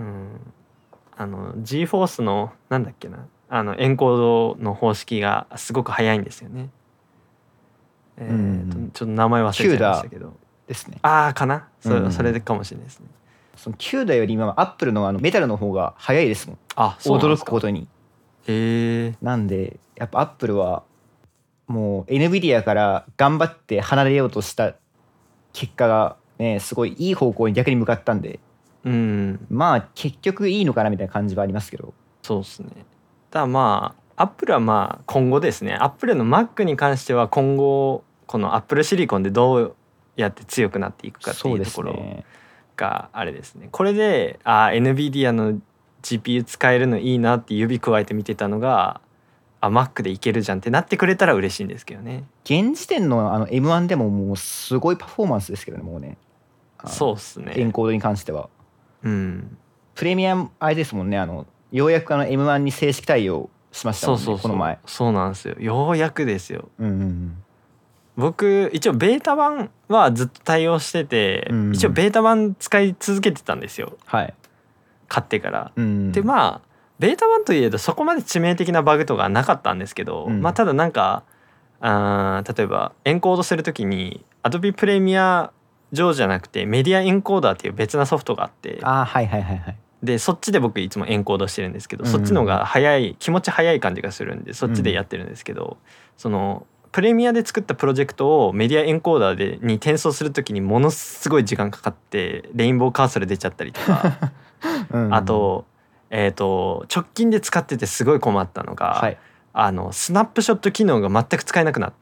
GeForce のなんだっけなエンコードの方式がすごく早いんですよね。ちょっと名前忘れちゃいましたけど
ですね。
かな、それかもしれないですね。
そのCUDAより今は Apple のメタルの方が早いですもん。驚くことに。なんでやっぱ Apple はもう NVIDIA から頑張って離れようとした結果がねすごいいい方向に逆に向かったんで、結局いいのかなみたいな感じはありますけど。
そうですね。ただApple は今後ですね Apple の Mac に関しては今後この Apple シリコンでどうやって強くなっていくかっていうところがあれですね。これでNVIDIA の GPU 使えるのいいなって指加えて見てたのがMac でいけるじゃんってなってくれたら嬉しいんですけどね。
現時点のM1 でももうすごいパフォーマンスですけどね、もうね。
そうっすね。
エンコードに関しては。プレミアムあれですもんね、ようやくM1 に正式対応しましたもんね、この前。
そうなんですよ。ようやくですよ。僕一応ベータ版はずっと対応してて、一応ベータ版使い続けてたんですよ。買ってから。でベータ版といえどそこまで致命的なバグとかなかったんですけど、ただなんか例えばエンコードするときに Adobe プレミア上じゃなくてメディアエンコーダーっていう別なソフトがあって、でそっちで僕いつもエンコードしてるんですけど、そっちの方が気持ち早い感じがするんでそっちでやってるんですけど、そのプレミアで作ったプロジェクトをメディアエンコーダーに転送するときにものすごい時間かかってレインボーカーソル出ちゃったりとかあと直近で使っててすごい困ったのが、
はい、
スナップショット機能が全く使えなくなって、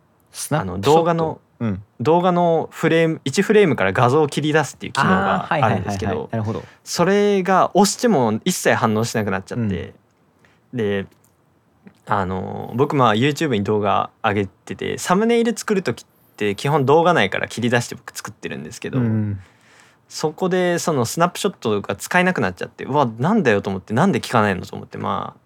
動画のフレーム1フレームから画像を切り出すっていう機能があるんですけど、それが押しても一切反応しなくなっちゃって、で僕YouTube に動画上げてて、サムネイル作る時って基本動画内から切り出して僕作ってるんですけど、そこでそのスナップショットが使えなくなっちゃって、うわなんだよと思って、なんで聞かないのと思って、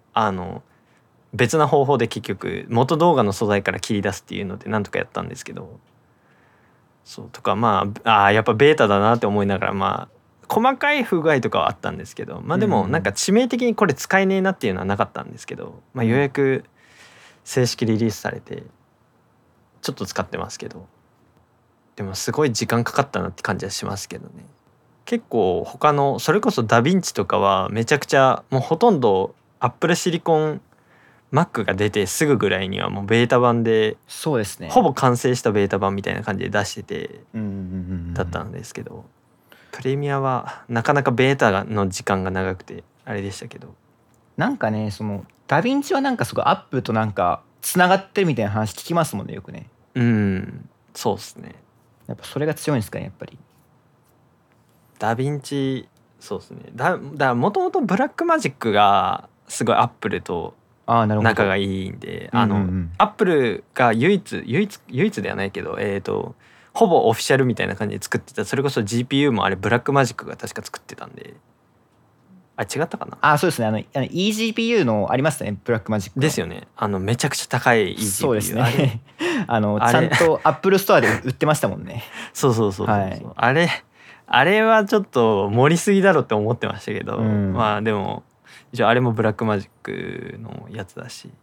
別な方法で結局元動画の素材から切り出すっていうのでなんとかやったんですけど、そうとかやっぱベータだなって思いながら、細かい不具合とかはあったんですけど、でもなんか致命的にこれ使えねえなっていうのはなかったんですけど、ようやく正式リリースされてちょっと使ってますけど、でもすごい時間かかったなって感じはしますけどね。結構他のそれこそダヴィンチとかはめちゃくちゃもうほとんどアップルシリコン Mac が出てすぐぐらいにはもうベータ版で、
そうですね、
ほぼ完成したベータ版みたいな感じで出しててだったんですけど、プレミアはなかなかベータの時間が長くてあれでしたけど、
なんかね、そのダヴィンチはなんかすごいアップルとなんかつながってるみたいな話聞きますもんね、よくね。
そうっすね。
やっぱそれが強いんですかね、やっぱり。
ダヴィンチ、そうですね。だもともとブラックマジックがすごいアップルと仲がいいんで、アップルが唯一ではないけど、ほぼオフィシャルみたいな感じで作ってた、それこそ GPU もあれブラックマジックが確か作ってたんで、違ったかな。
そうですね、eGPU のありますね、ブラックマジック
ですよね。めちゃくちゃ高い eGPU。
そうですねちゃんとアップルストアで売ってましたもんね
そう、はい、あれはちょっと盛りすぎだろって思ってましたけど、でも一応あれもブラックマジックのやつだし、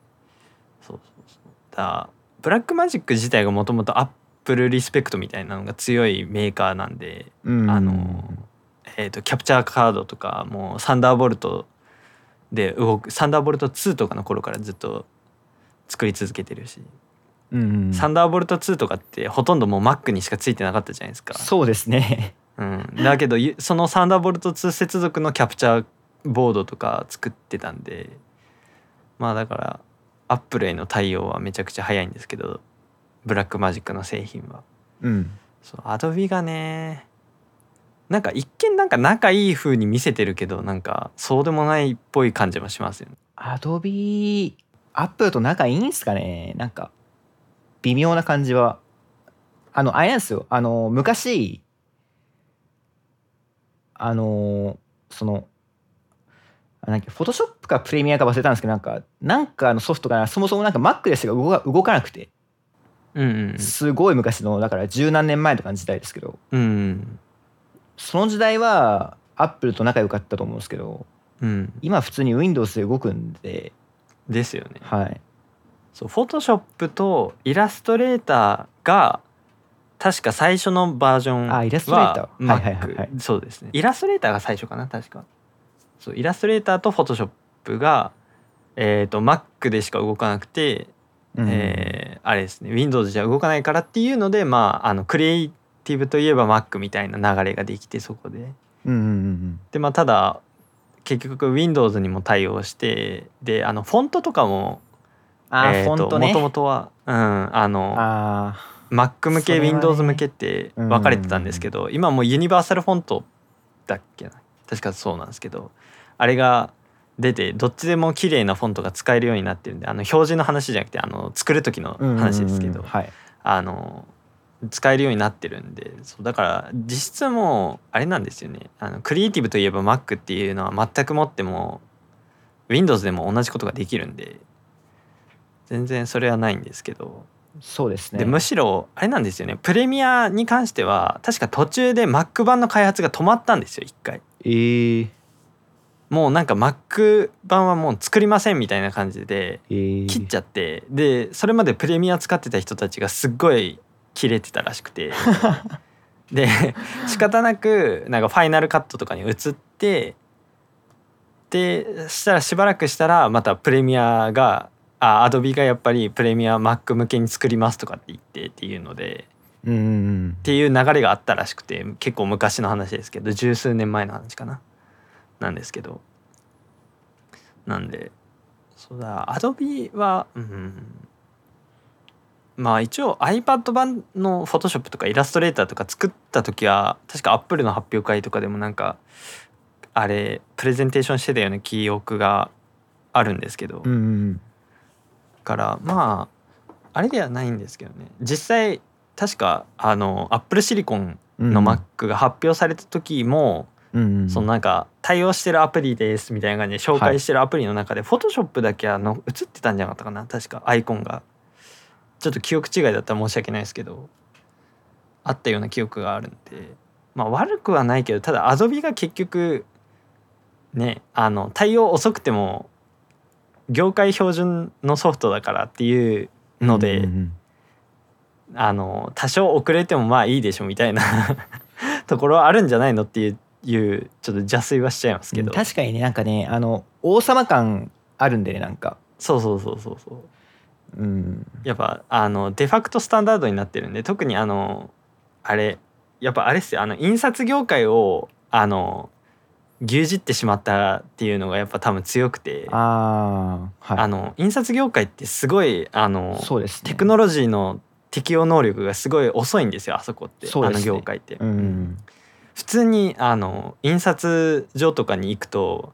ブラックマジック自体がもともとアップルリスペクトみたいなのが強いメーカーなんで、キャプチャーカードとかもうサンダーボルトで動く、サンダーボルト2とかの頃からずっと作り続けてるし、サンダーボルト2とかってほとんどもう Mac にしかついてなかったじゃないですか。
そうですね
だけどそのサンダーボルト2接続のキャプチャーボードとか作ってたんで、だからアップルへの対応はめちゃくちゃ早いんですけど、ブラックマジックの製品は、アドビがね、なんか一見なんか仲いい風に見せてるけど、なんかそうでもないっぽい感じもしますよね。
アドビアップルと仲いいんすかね。なんか微妙な感じはあれなんですよ、昔そのなんかフォトショップかプレミアか忘れたんですけど、なんかのソフトがそもそもなんか Mac でしか動かなくて、すごい昔の、だから十何年前とかの時代ですけど、その時代はアップルと仲良かったと思うんですけど、今普通に Windows で動くんで。
ですよね。
はい。
そう、フォトショップとイラストレーターが確か最初のバージョンは
イラストレーター、
Mac、そうですね。イラストレーターが最初かな、確か。そう、イラストレーターとフォトショップがMac でしか動かなくて、あれですね、Windows じゃ動かないからっていうので、クリエイティブといえば Mac みたいな流れができて、そこで、でただ結局 Windows にも対応して、でフォントとかも
フォントね、
もともとはMac 向け、Windows 向けって分かれてたんですけど、今もうユニバーサルフォントだっけな、確かそうなんですけど、あれが出てどっちでも綺麗なフォントが使えるようになってるんで、表示の話じゃなくて作る時の話ですけど、使えるようになってるんで、そうだから実質もうあれなんですよね。クリエイティブといえば Mac っていうのは全くもっても Windows でも同じことができるんで、全然それはないんですけど。
そうですね。
でむしろあれなんですよね、プレミアに関しては確か途中で Mac 版の開発が止まったんですよ、一回。もうなんか Mac 版はもう作りませんみたいな感じで切っちゃって、でそれまでプレミア使ってた人たちがすっごい切れてたらしくてで仕方なくなんかファイナルカットとかに移って、でしたらしばらくしたらまたプレミアがアドビがやっぱりプレミア Mac 向けに作りますとかって言ってっていうので、っていう流れがあったらしくて、結構昔の話ですけど、十数年前の話かななんですけど、 なんでそうだ Adobe は、まあ一応 iPad 版の Photoshop とかイラストレーターとか作った時は確か Apple の発表会とかでもなんかあれプレゼンテーションしてたような記憶があるんですけど、からまああれではないんですけどね。実際確かApple シリコンの Mac が発表された時も、そのなんか対応してるアプリですみたいな感じで紹介してるアプリの中で Photoshop だけ映ってたんじゃなかったかな、確かアイコンが。ちょっと記憶違いだったら申し訳ないですけどあったような記憶があるんで、まあ悪くはないけど、ただ Adobe が結局ね対応遅くても業界標準のソフトだからっていうので、多少遅れてもまあいいでしょみたいなところはあるんじゃないのっていうちょっと邪推はしちゃいますけど、
確かにね、なんかね王様感あるんでね、なんか
そう、やっぱデファクトスタンダードになってるんで、特にあれやっぱあれっすよ、印刷業界を牛耳ってしまったっていうのがやっぱ多分強くて、印刷業界ってすごい
そうですね、
テクノロジーの適応能力がすごい遅いんですよ、あそこって。
そうですね、
業界って、普通に印刷所とかに行くと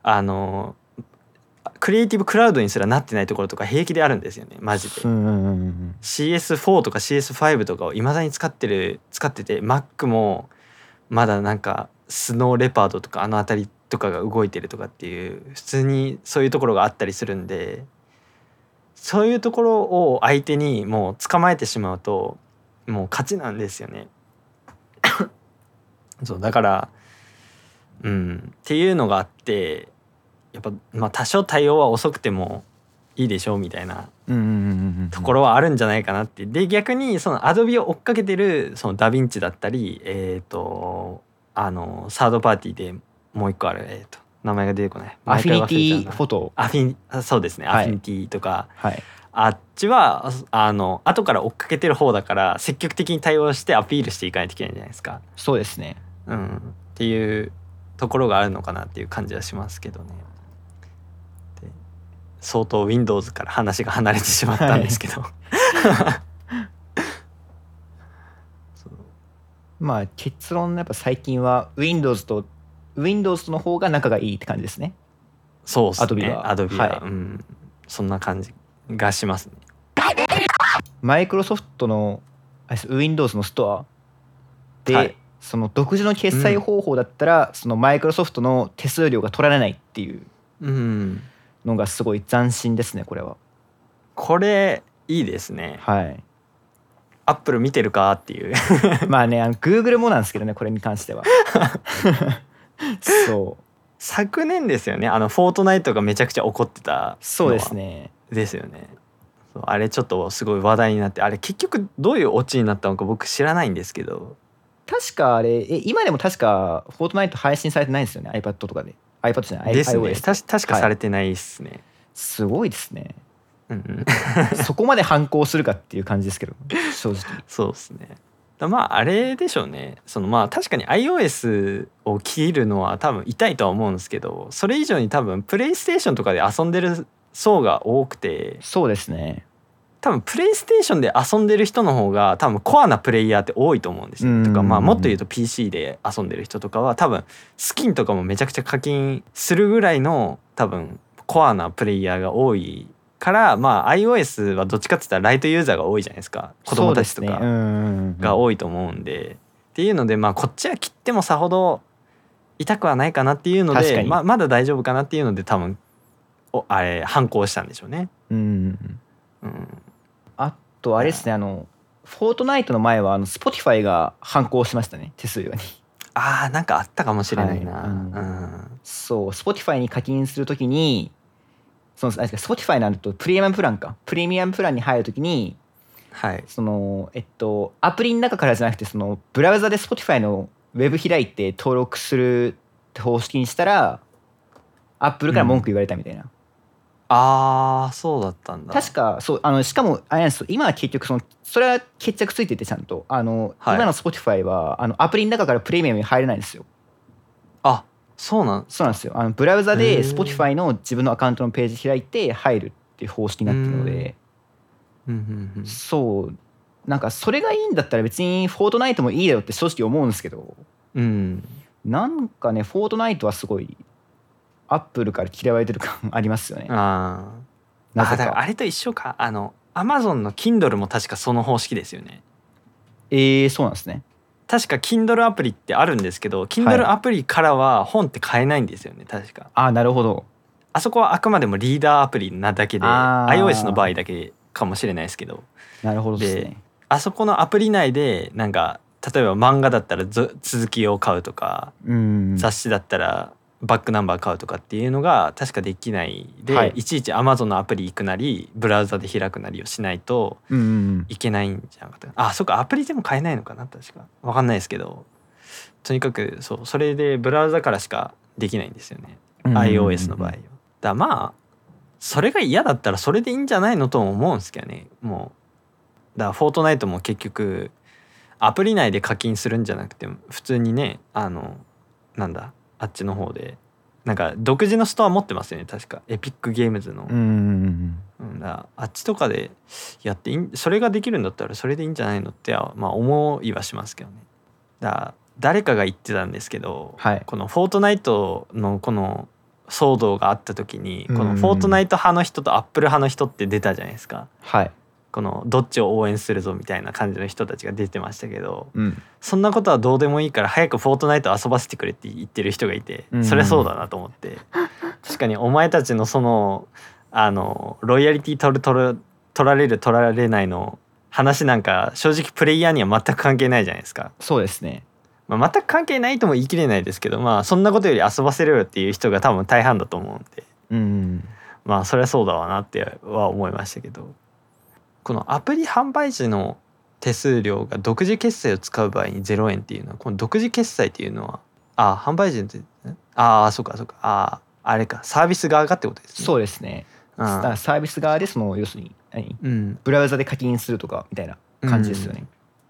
クリエイティブクラウドにすらなってないところとか平気であるんですよね、マジで。CS4 とか CS5 とかをいまだに使ってて Mac もまだなんかスノーレパードとかあたりとかが動いてるとかっていう、普通にそういうところがあったりするんで、そういうところを相手にもう捕まえてしまうともう勝ちなんですよねそうだからっていうのがあって、やっぱまあ多少対応は遅くてもいいでしょうみたいなところはあるんじゃないかなって。で逆にその Adobe を追っかけてるそのダヴィンチだったりサードパーティーでもう一個ある名前が出てこない、
アフィニティフォト、
そうですね、アフィニティとか、あっちは後から追っかけてる方だから積極的に対応してアピールしていかないといけないじゃないですか。
そうですね、
っていうところがあるのかなっていう感じはしますけどね。で相当 Windows から話が離れてしまったんですけど、
まあ結論やっぱ最近は Windows との方が仲がいいって感じですね。
そうですね、Adobe は、そんな感じがしますね。
マイクロソフトのWindows のストアで、その独自の決済方法だったら、そのマイクロソフトの手数料が取られないっていうのがすごい斬新ですね、これは。
これいいですね。アップル見てるかっていう
まあね、Google もなんですけどね、これに関してはそう
昨年ですよね、フォートナイトがめちゃくちゃ怒ってた。
そうですね、
ですよね。あれちょっとすごい話題になって、あれ結局どういうオチになったのか僕知らないんですけど、
確かあれ今でも確かフォートナイト配信されてないですよね、 iPad とかで。 iPad じゃない
ですね、
iOS
確かされてないですね、
すごいですねそこまで反抗するかっていう感じですけど、正直。
そうですね。まああれでしょうね、まあ確かに iOS を切るのは多分痛いとは思うんですけど、それ以上に多分プレイステーションとかで遊んでる層が多くて、
そうですね、
多分プレイステーションで遊んでる人の方が多分コアなプレイヤーって多いと思うんですよ。とかまあもっと言うと PC で遊んでる人とかは多分スキンとかもめちゃくちゃ課金するぐらいの多分コアなプレイヤーが多いから、まあ iOS はどっちかって言ったらライトユーザーが多いじゃないですか、子供たちとかが多いと思うんで、っていうのでまあこっちは切ってもさほど痛くはないかなっていうので、まだ大丈夫かなっていうので多分反抗したんでしょうね。
あとあれですね、フォートナイトの前はSpotify が反抗しましたね、手数料に。
なんかあったかもしれないな。
そう、Spotify に課金するときに、そのSpotify になるとプレミアムプランに入るときに、そのアプリの中からじゃなくて、そのブラウザで Spotify のウェブ開いて登録するって方式にしたら Apple から文句言われたみたいな。
そうだったんだ。
確かそう、しかもあれなんですよ、今は結局それは決着ついてて、ちゃんと今の Spotify はアプリの中からプレミアムに入れないんですよ。
そうなん
ですよ。ブラウザで Spotify の自分のアカウントのページ開いて入るっていう方式になってるので、そうなんかそれがいいんだったら別にフォートナイトもいいだろうって正直思うんですけど、なんかねフォートナイトはすごいアップルから嫌われてる感ありますよね。
だからあれと一緒か。Amazon の Kindle も確かその方式ですよね。
そうなんですね。
確か Kindle アプリってあるんですけど、Kindle アプリからは本って買えないんですよね確か。
なるほど。
あそこはあくまでもリーダーアプリなだけで iOS の場合だけかもしれないですけど。
なるほどですね。
あそこのアプリ内でなんか例えば漫画だったら続きを買うとか、雑誌だったらバックナンバー買うとかっていうのが確かできないで、いちいち Amazon のアプリ行くなりブラウザで開くなりをしないといけないんじゃなかった。そっか、アプリでも買えないのかな確か。分かんないですけど、とにかくそれでブラウザからしかできないんですよね、iOS の場合は。だまあそれが嫌だったらそれでいいんじゃないのとも思うんですけどね。もうだからフォートナイトも結局アプリ内で課金するんじゃなくて普通にね、なんだあっちの方でなんか独自のストア持ってますよね確か。エピックゲームズの。だあっちとかでやってそれができるんだったらそれでいいんじゃないのって思いはしますけどね。だ誰かが言ってたんですけど、このフォートナイトのこの騒動があった時にこのフォートナイト派の人とアップル派の人って出たじゃないですか。このどっちを応援するぞみたいな感じの人たちが出てましたけど、そんなことはどうでもいいから早くフォートナイト遊ばせてくれって言ってる人がいて、そりゃそうだなと思って、確かにお前たちのそのロイヤリティ取られる取られないの話なんか正直プレイヤーには全く関係ないじゃないですか。
そうですね。
全く関係ないとも言い切れないですけど、そんなことより遊ばせるよっていう人が多分大半だと思うんで、そりゃそうだわなっては思いましたけど、このアプリ販売時の手数料が独自決済を使う場合に0円っていうのは、この独自決済っていうのは販売時ってそうかあれか、サービス側がってことですね。
そうですね。だからサービス側でその要するにブラウザで課金するとかみたいな感じですよね。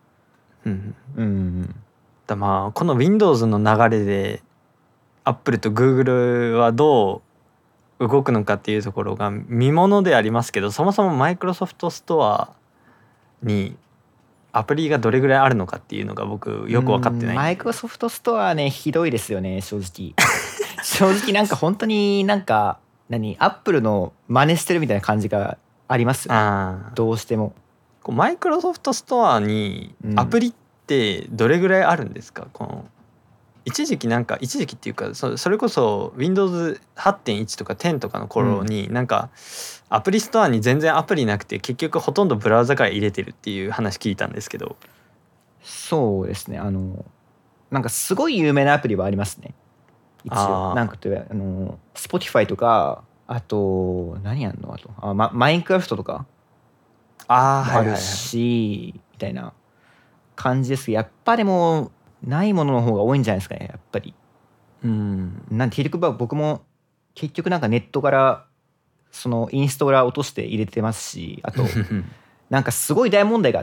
この Windows の流れで Apple と Google はどう動くのかっていうところが見ものでありますけど、そもそもマイクロソフトストアにアプリがどれぐらいあるのかっていうのが僕よく分かってない。
マイクロソフトストアねひどいですよね正直。正直なんか本当になんかアップルの真似してるみたいな感じがありますよね。どうしても
マイクロソフトストアにアプリってどれぐらいあるんですか。この一時期っていうかそれこそ Windows8.1 とか10とかの頃になんかアプリストアに全然アプリなくて結局ほとんどブラウザから入れてるっていう話聞いたんですけど。
そうですね。なんかすごい有名なアプリはありますね一応。なんかSpotify とかあと何やんのマインクラフトとかもあるしみたいな感じですけど、やっぱでもないものの方が多いんじゃないですかねやっぱり。なんて結局僕もなんかネットからそのインストーラー落として入れてますし、あとなんかすごい大問題があって、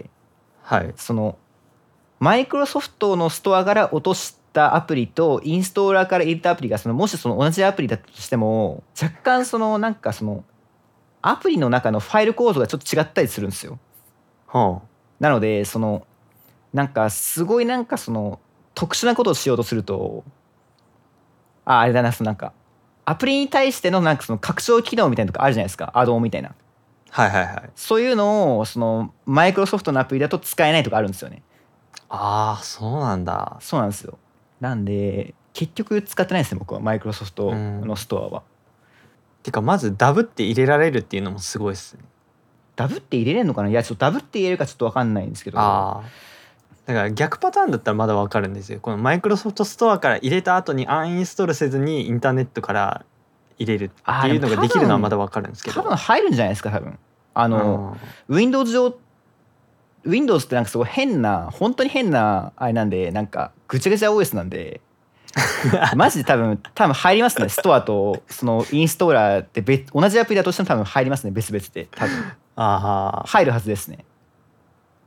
そのマイクロソフトのストアから落としたアプリとインストーラーから入れたアプリがもしその同じアプリだったとしても若干なんかアプリの中のファイル構造がちょっと違ったりするんですよ。なのでなんかすごいなんか特殊なことをしようとするとあれだな、なんかアプリに対してのなんか拡張機能みたいなとかあるじゃないですか、アドオンみたいな。そういうのをマイクロソフトのアプリだと使えないとかあるんですよね。
そうなんだ。
そうなんですよ。なんで結局使ってないですね僕はマイクロソフトのストアは。
てかまずダブって入れられるっていうのもすごいですね。
ダブって入れれるのかな。いやちょっとダブって入れるかちょっと分かんないんですけど。
だから逆パターンだったらまだ分かるんですよ。このマイクロソフトストアから入れた後にアンインストールせずにインターネットから入れるっていうのができるのはまだ分かるんですけど、
多分入るんじゃないですか多分。Windows ってなんかすごい本当に変なあれなんで、なんかぐちゃぐちゃ OS なんでマジで多分入りますね。ストアとそのインストーラーって同じアプリだとしても多分入りますね別々で。多分入るはずですね。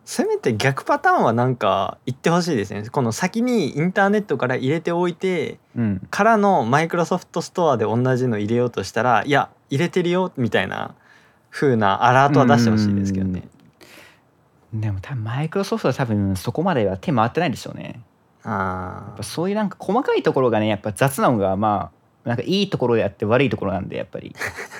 せめて逆パターンはなんか言ってほしいですね。この先にインターネットから入れておいて、からのマイクロソフトストアで同じの入れようとしたら、いや入れてるよみたいな風なアラートは出してほしいですけどね。
でも多分マイクロソフトは多分そこまでは手回ってないでしょうね。やっぱそういうなんか細かいところがねやっぱ雑なのがまあなんかいいところであって悪いところなんでやっぱり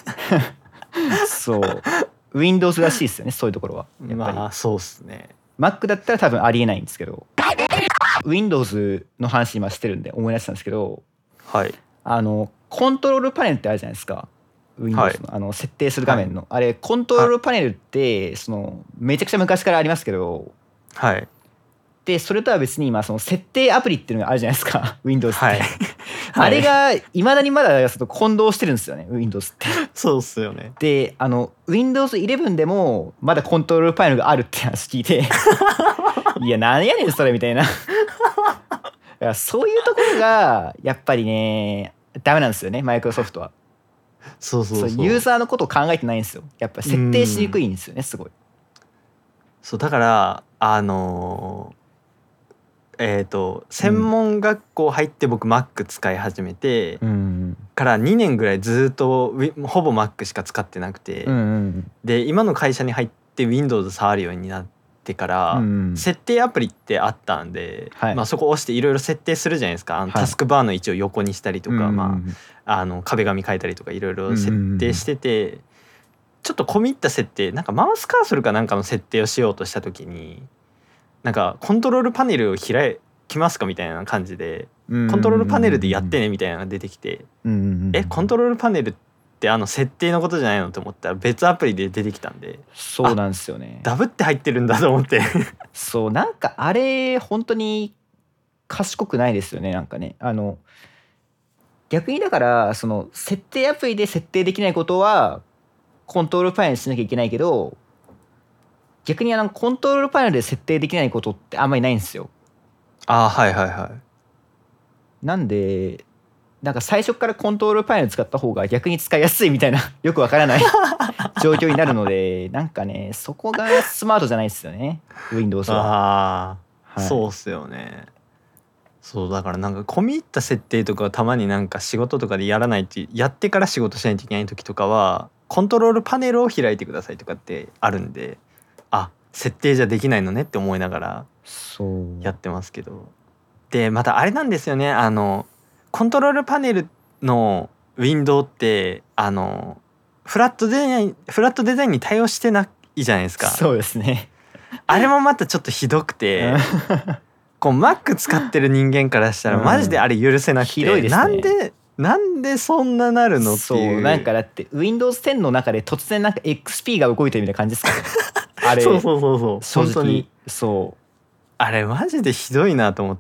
そう Windows らしいですよねそういうところはやっぱり。
まあそうっすね。
Mac だったら多分ありえないんですけどWindows の話今してるんで思い出したんですけど、
はい、
コントロールパネルってあるじゃないですか Windows の、はい、設定する画面の、はい、あれコントロールパネルってそのめちゃくちゃ昔からありますけど、
はい、
でそれとは別に今その設定アプリっていうのがあるじゃないですか Windows って、はい、あれがいまだにまだその混同してるんですよね Windows って
そうっすよね。
でWindows 11でもまだコントロールパネルがあるって話聞いていや何やねんそれみたいなそういうところがやっぱりねダメなんですよねマイクロソフトは。
そう
ユーザーのことを考えてないんですよ。やっぱ設定しにくいんですよねすごい。
そうだから専門学校入って僕 Mac 使い始めて、から2年ぐらいずっとほぼ Mac しか使ってなくて、で今の会社に入って Windows 触るようになってから、設定アプリってあったんで、まあ、そこ押していろいろ設定するじゃないですか。タスクバーの位置を横にしたりとか、壁紙変えたりとかいろいろ設定してて、ちょっと込み入った設定なんかマウスカーソルかなんかの設定をしようとした時になんかコントロールパネルを開きますかみたいな感じでコントロールパネルでやってねみたいなのが出てきて、コントロールパネルって設定のことじゃないのと思ったら別アプリで出てきたんで、
そうなんですよね。
ダブって入ってるんだと思って
そうなんかあれ本当に賢くないですよねなんかね。逆にだからその設定アプリで設定できないことはコントロールパネルしなきゃいけないけど逆にコントロールパネルで設定できないことってあんまりないんですよ。
はいはいはい。
なんでなんか最初からコントロールパネル使った方が逆に使いやすいみたいなよくわからない状況になるのでなんかねそこがスマートじゃないですよね Windows は。
そうっすよね。そうだからなんか込み入った設定とかたまになんか仕事とかでやらないってやってから仕事しないといけない時とかはコントロールパネルを開いてくださいとかってあるんで、設定じゃできないのねって思いながらやってますけど、でまたあれなんですよねコントロールパネルのウィンドウってフラットデザインに対応してないじゃないですか。
そうですね
あれもまたちょっとひどくてこう Mac 使ってる人間からしたらマジであれ許せなくて、
ひどいですね。
なんでそんななるのっていう。
そうなんかだって Windows 10の中で突然なんか XP が動いてるみたいな感じですからあれ
そう
本当にそう
あれマジでひどいなと思って、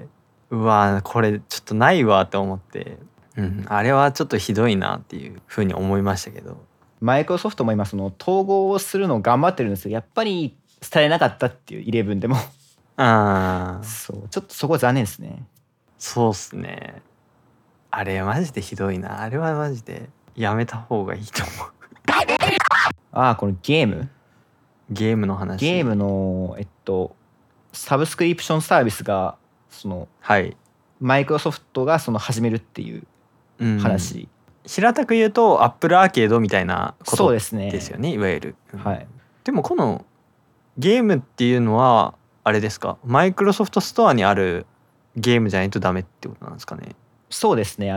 うわこれちょっとないわと思って、あれはちょっとひどいなっていうふうに思いましたけど、
マイクロソフトも今その統合をするのを頑張ってるんですよ。やっぱり伝えなかったっていう11でもそうちょっとそこは残念ですね。
そうっすね。あれマジでひどいな。あれはマジでやめた方がいいと思う
このゲーム
の話。
ゲームのサブスクリプションサービスがそのマイクロソフトがその始めるっていう話、
平たく言うとアップルアーケードみたいなことですよね、いわゆる、でもこのゲームっていうのはあれですか、マイクロソフトストアにあるゲームじゃないとダメってことなんですかね。
そうですね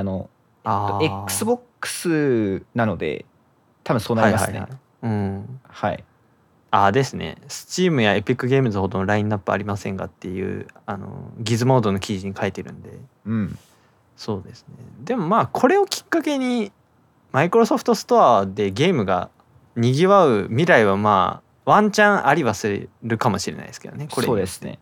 XBOX なので多分そうなりますね。
ですね。Steam や Epic Games ほどのラインナップありませんがっていうギズモードの記事に書いてるんで、そうですね。でもまあこれをきっかけにマイクロソフトストアでゲームがにぎわう未来はまあワンチャンありはするかもしれないですけどね。
そうですね。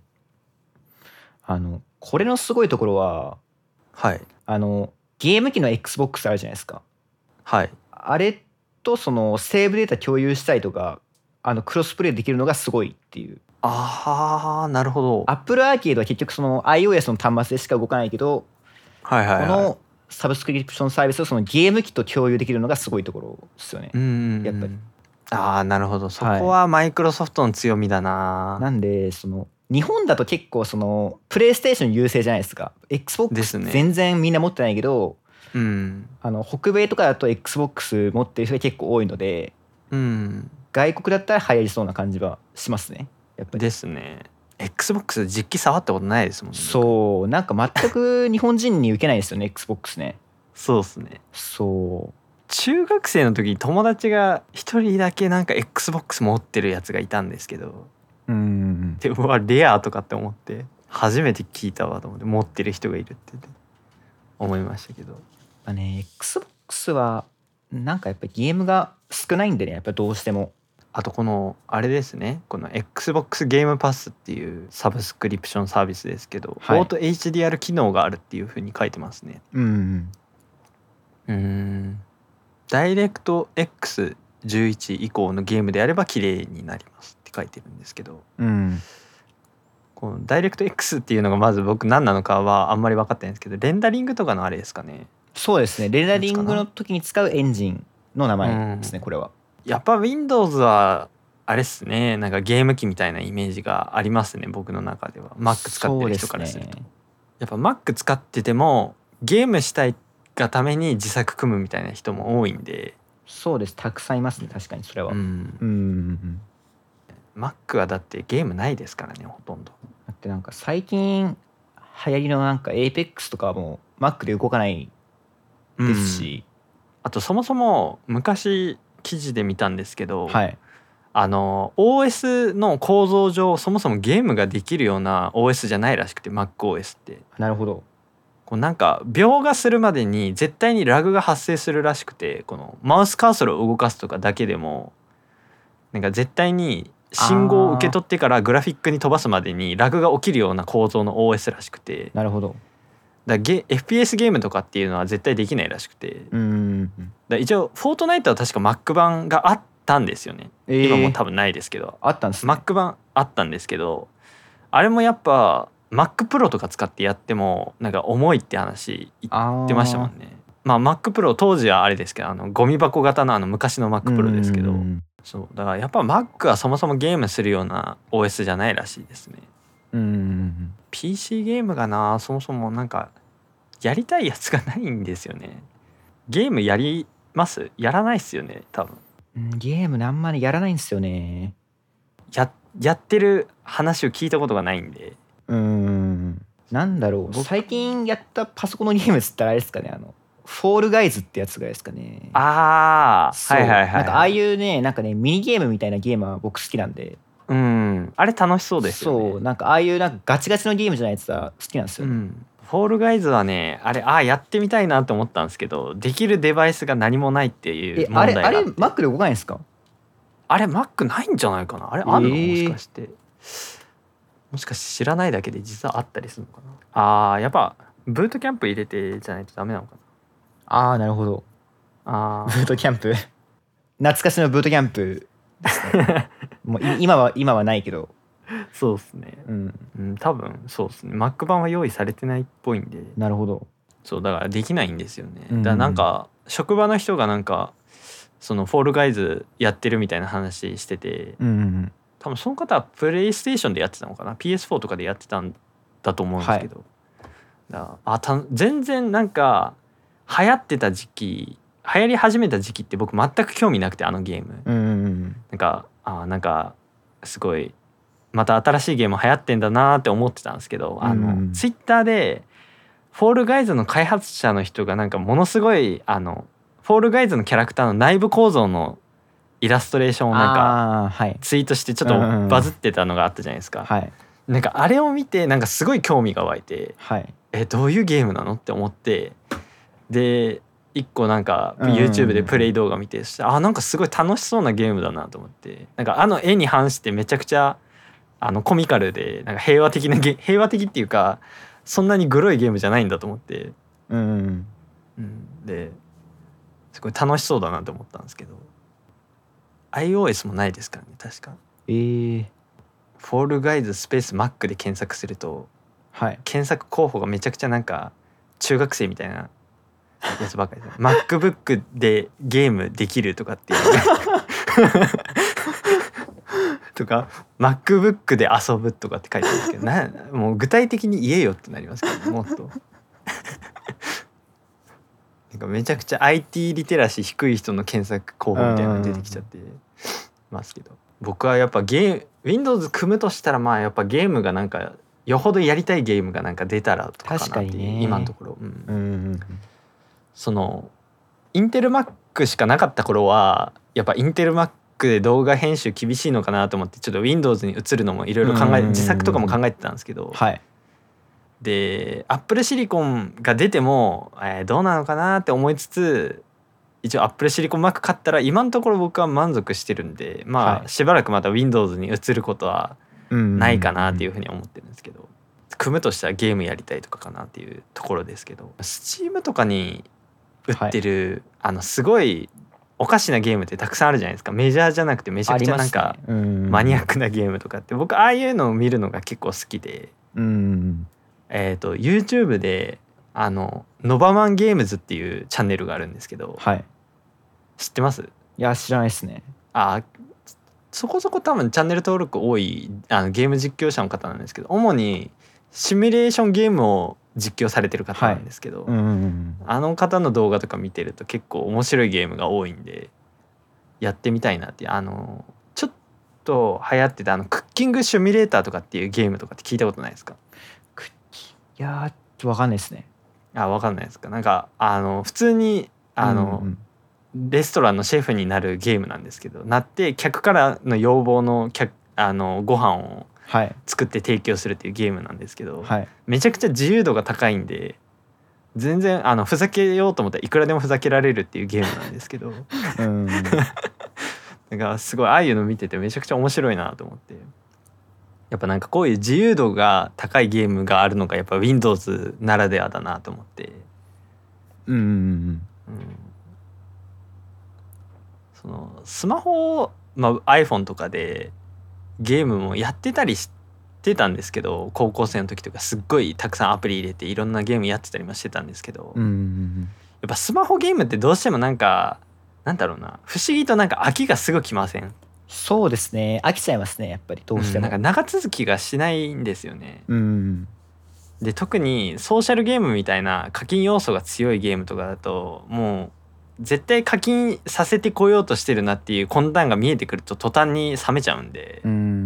これのすごいところはゲーム機の XBOX あるじゃないですか。あれとそのセーブデータ共有したりとかクロスプレイできるのがすごいっていう。
なるほど。
Apple アーケードは結局その iOS の端末でしか動かないけど、このサブスクリプションサービスをそのゲーム機と共有できるのがすごいところですよね。やっぱり
ああなるほど、そこはマイクロソフトの強みだな。
なんでその日本だと結構そのプレイステーション優勢じゃないですか。 XBOX
ですね
全然みんな持ってないけど、
うん
北米とかだと XBOX 持ってる人が結構多いので、
うん
外国だったら流行りそうな感じはしますねやっぱり。
ですね。 XBOX 実機触ったことないですもんね。
そうなんか全く日本人に受けないですよね XBOX ね。
そうですね。
そう
中学生の時に友達が一人だけなんか XBOX 持ってるやつがいたんですけど、でうわレアとかって思って初めて聞いたわと思って、持ってる人がいるって思いましたけど。
XBOX はなんかやっぱりゲームが少ないんでね、やっぱりどうしても。
あとこのあれですね、この XBOX ゲームパスっていうサブスクリプションサービスですけど、
はい、
オート HDR 機能があるっていう風に書いてますね。ダイレクト X11 以降のゲームであれば綺麗になりますって書いてるんですけど、このダイレクト X っていうのがまず僕何なのかはあんまり分かってないんですけど、レンダリングとかのあれですかね。
そうですね、レンダリングの時に使うエンジンの名前ですね、これは。
やっぱ Windows はあれっすね、なんかゲーム機みたいなイメージがありますね、僕の中では。 Mac 使ってる人からすると、やっぱ Mac 使っててもゲームしたいがために自作組むみたいな人も多いんで。
そうです、たくさんいますね、確かにそれは。
Mac はだってゲームないですからね、ほとんど。
だってなんか最近流行りのなんか APEX とかも Mac で動かないですし、
あとそもそも昔記事で見たんですけど、
はい、
OS の構造上そもそもゲームができるような OS じゃないらしくて、 MacOS って。
なるほど。
こうなんか描画するまでに絶対にラグが発生するらしくて、このマウスカーソルを動かすとかだけでもなんか絶対に信号を受け取ってからグラフィックに飛ばすまでにラグが起きるような構造の OS らしくて。
なるほど。
だFPS ゲームとかっていうのは絶対できないらしくて、だ一応フォートナイトは確か Mac 版があったんですよね、今も多分ないですけど。
あったんですね。
Mac 版あったんですけど、あれもやっぱ Mac Pro とか使ってやってもなんか重いって話言ってましたもんね。まあ Mac Pro 当時はあれですけど、ゴミ箱型の昔の Mac Pro ですけど、そうだからやっぱ Mac はそもそもゲームするような OS じゃないらしいですね。PC ゲームがな、そもそもなんかやりたいやつがないんですよね。ゲームやります？やらないっすよね多分。
ゲームあんまりやらないんですよね。
やってる話を聞いたことがないんで。
なんだろう、最近やったパソコンのゲームっつったらあれですかね、フォールガイズってやつぐらいですかね。
はいはいはい。
なんかああいうね、なんかねミニゲームみたいなゲームは僕好きなんで。
あれ楽しそうですよね。
そうなんかああいうなんかガチガチのゲームじゃないやつは好きなんですよね。
フォールガイズはね、あれやってみたいなと思ったんですけど、できるデバイスが何もないっていう問題があって。
あれ Mac で動かないんですか？
あれ Mac ないんじゃないかな。あれあんの、もしかして知らないだけで実はあったりするのかな。やっぱブートキャンプ入れてじゃないとダメなのか
な。なるほど。ブートキャンプ懐かしのブートキャンプですね。もう今はないけど。
そうですね。多分そうですね。Mac 版は用意されてないっぽいんで。なるほど。そうだからできないんですよね。だからなんか職場の人がなんかそのフォールガイズやってるみたいな話してて、多分その方はプレイステーションでやってたのかな、 PS4 とかでやってたんだと思うんですけど、全然なんか流行り始めた時期って僕全く興味なくて、あのゲーム、なんかすごいまた新しいゲーム流行ってんだなって思ってたんですけど、ツイッターでフォールガイズの開発者の人がなんかものすごいフォールガイズのキャラクターの内部構造のイラストレーションをなんかツイートしてちょっとバズってたのがあったじゃないですか。なんかあれを見てなんかすごい興味が湧いて、どういうゲームなのって思って、で一個なんか YouTube でプレイ動画見て、なんかすごい楽しそうなゲームだなと思って、なんか絵に反してめちゃくちゃコミカルでなんか平和的っていうか、そんなにグロいゲームじゃないんだと思って、ですごい楽しそうだなと思ったんですけど、 iOS もないですからね確か。フォールガイズスペース Mac で検索すると、検索候補がめちゃくちゃなんか中学生みたいなやつばっかりですね。MacBook でゲームできるとかっていうとか MacBook で遊ぶとかって書いてあるんですけど、もう具体的に言えよってなりますけど、もっとなんかめちゃくちゃ IT リテラシー低い人の検索候補みたいなのが出てきちゃってますけど、僕はやっぱWindows 組むとしたら、まあやっぱゲームがなんかよほどやりたいゲームがなんか出たらとかかなっていう、ね、今のところ、そのインテル Mac しかなかった頃はやっぱインテル Mac で動画編集厳しいのかなと思ってちょっと Windows に移るのもいろいろ自作とかも考えてたんですけど、
はい、
で Apple Silicon が出ても、どうなのかなって思いつつ、一応 Apple Silicon Mac 買ったら今のところ僕は満足してるんで、まあしばらくまた Windows に移ることはないかなっていうふうに思ってるんですけど、組むとしたらゲームやりたいとかかなっていうところですけど、 Steam とかに売ってる、すごいおかしなゲームってたくさんあるじゃないですか。メジャーじゃなくてめちゃくちゃなんかマニアックなゲームとかって、僕ああいうのを見るのが結構好きで、YouTube でノバマンゲームズっていうチャンネルがあるんですけど、
はい、
知ってます？
いや知らないですね。
そこそこ多分チャンネル登録多いゲーム実況者の方なんですけど、主にシミュレーションゲームを実況されてる方なんですけど、あの方の動画とか見てると結構面白いゲームが多いんでやってみたいなっていう、ちょっと流行ってたクッキングシミュレーターとかっていうゲームとかって聞いたことないですか？
いや分かんないですね。
分かんないですか？なんか普通にレストランのシェフになるゲームなんですけど、なって客からの要望のご飯を作って提供するっていうゲームなんですけど、
はい、め
ちゃくちゃ自由度が高いんで全然ふざけようと思ったらいくらでもふざけられるっていうゲームなんですけどだからすごいああいうの見ててめちゃくちゃ面白いなと思って、やっぱなんかこういう自由度が高いゲームがあるのがやっぱ Windows ならではだなと思って、そのスマホ、iPhone とかでゲームもやってたりしてたんですけど、高校生の時とかすっごいたくさんアプリ入れていろんなゲームやってたりもしてたんですけど、やっぱスマホゲームってどうしてもなんかなんだろうな、不思議となんか飽きがすぐきません？
そうですね、飽きちゃいますねやっぱりどうしても、
なんか長続きがしないんですよね。で特にソーシャルゲームみたいな課金要素が強いゲームとかだともう絶対課金させてこようとしてるなっていう魂胆が見えてくると途端に冷めちゃうんで、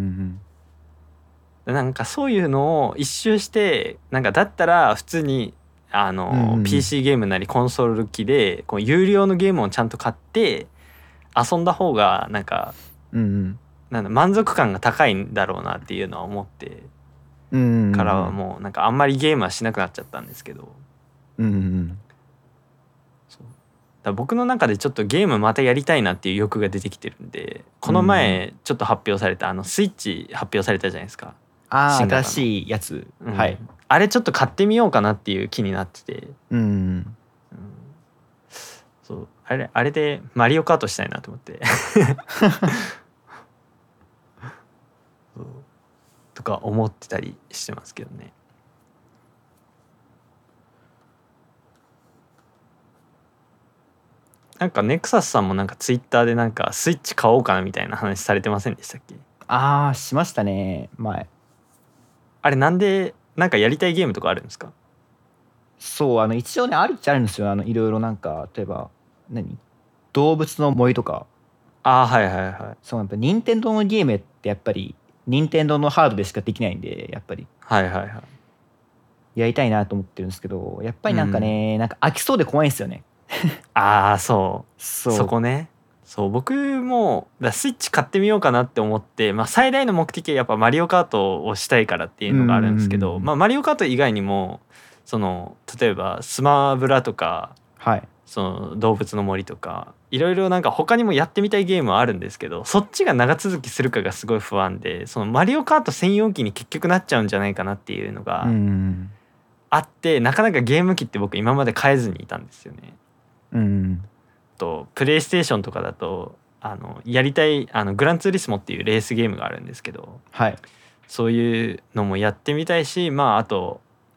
なんかそういうのを一周して、なんかだったら普通にPC ゲームなりコンソール機でこう有料のゲームをちゃんと買って遊んだ方がなんか、なんだ満足感が高いんだろうなっていうのは思ってからはもうなんかあんまりゲームはしなくなっちゃったんですけど、だ僕の中でちょっとゲームまたやりたいなっていう欲が出てきてるんで、この前ちょっと発表されたスイッチ発表されたじゃないですか。
新しいやつ、はい、
あれちょっと買ってみようかなっていう気になってて、そうあれでマリオカートしたいなと思ってとか思ってたりしてますけどね。なんかネクサスさんもなんかツイッターでなんかスイッチ買おうかなみたいな話されてませんでしたっけ？
しましたね前。
あれなんでなんかやりたいゲームとかあるんですか？
そう一応ねあるっちゃあるんですよ。いろいろなんか例えば動物の森とか。そうやっぱ任天堂のゲームってやっぱり任天堂のハードでしかできないんで、やっぱりやりたいなと思ってるんですけど、やっぱりなんかね、なんか飽きそうで怖いんですよね
そこね。そう僕もスイッチ買ってみようかなって思って、最大の目的はやっぱマリオカートをしたいからっていうのがあるんですけど、マリオカート以外にもその例えばスマブラとか、その動物の森とかいろいろなんか他にもやってみたいゲームはあるんですけど、そっちが長続きするかがすごい不安で、そのマリオカート専用機に結局なっちゃうんじゃないかなっていうのがあって、なかなかゲーム機って僕今まで買えずにいたんですよね。とプレイステーションとかだとやりたいグランツーリスモっていうレースゲームがあるんですけど、そういうのもやってみたいし、あと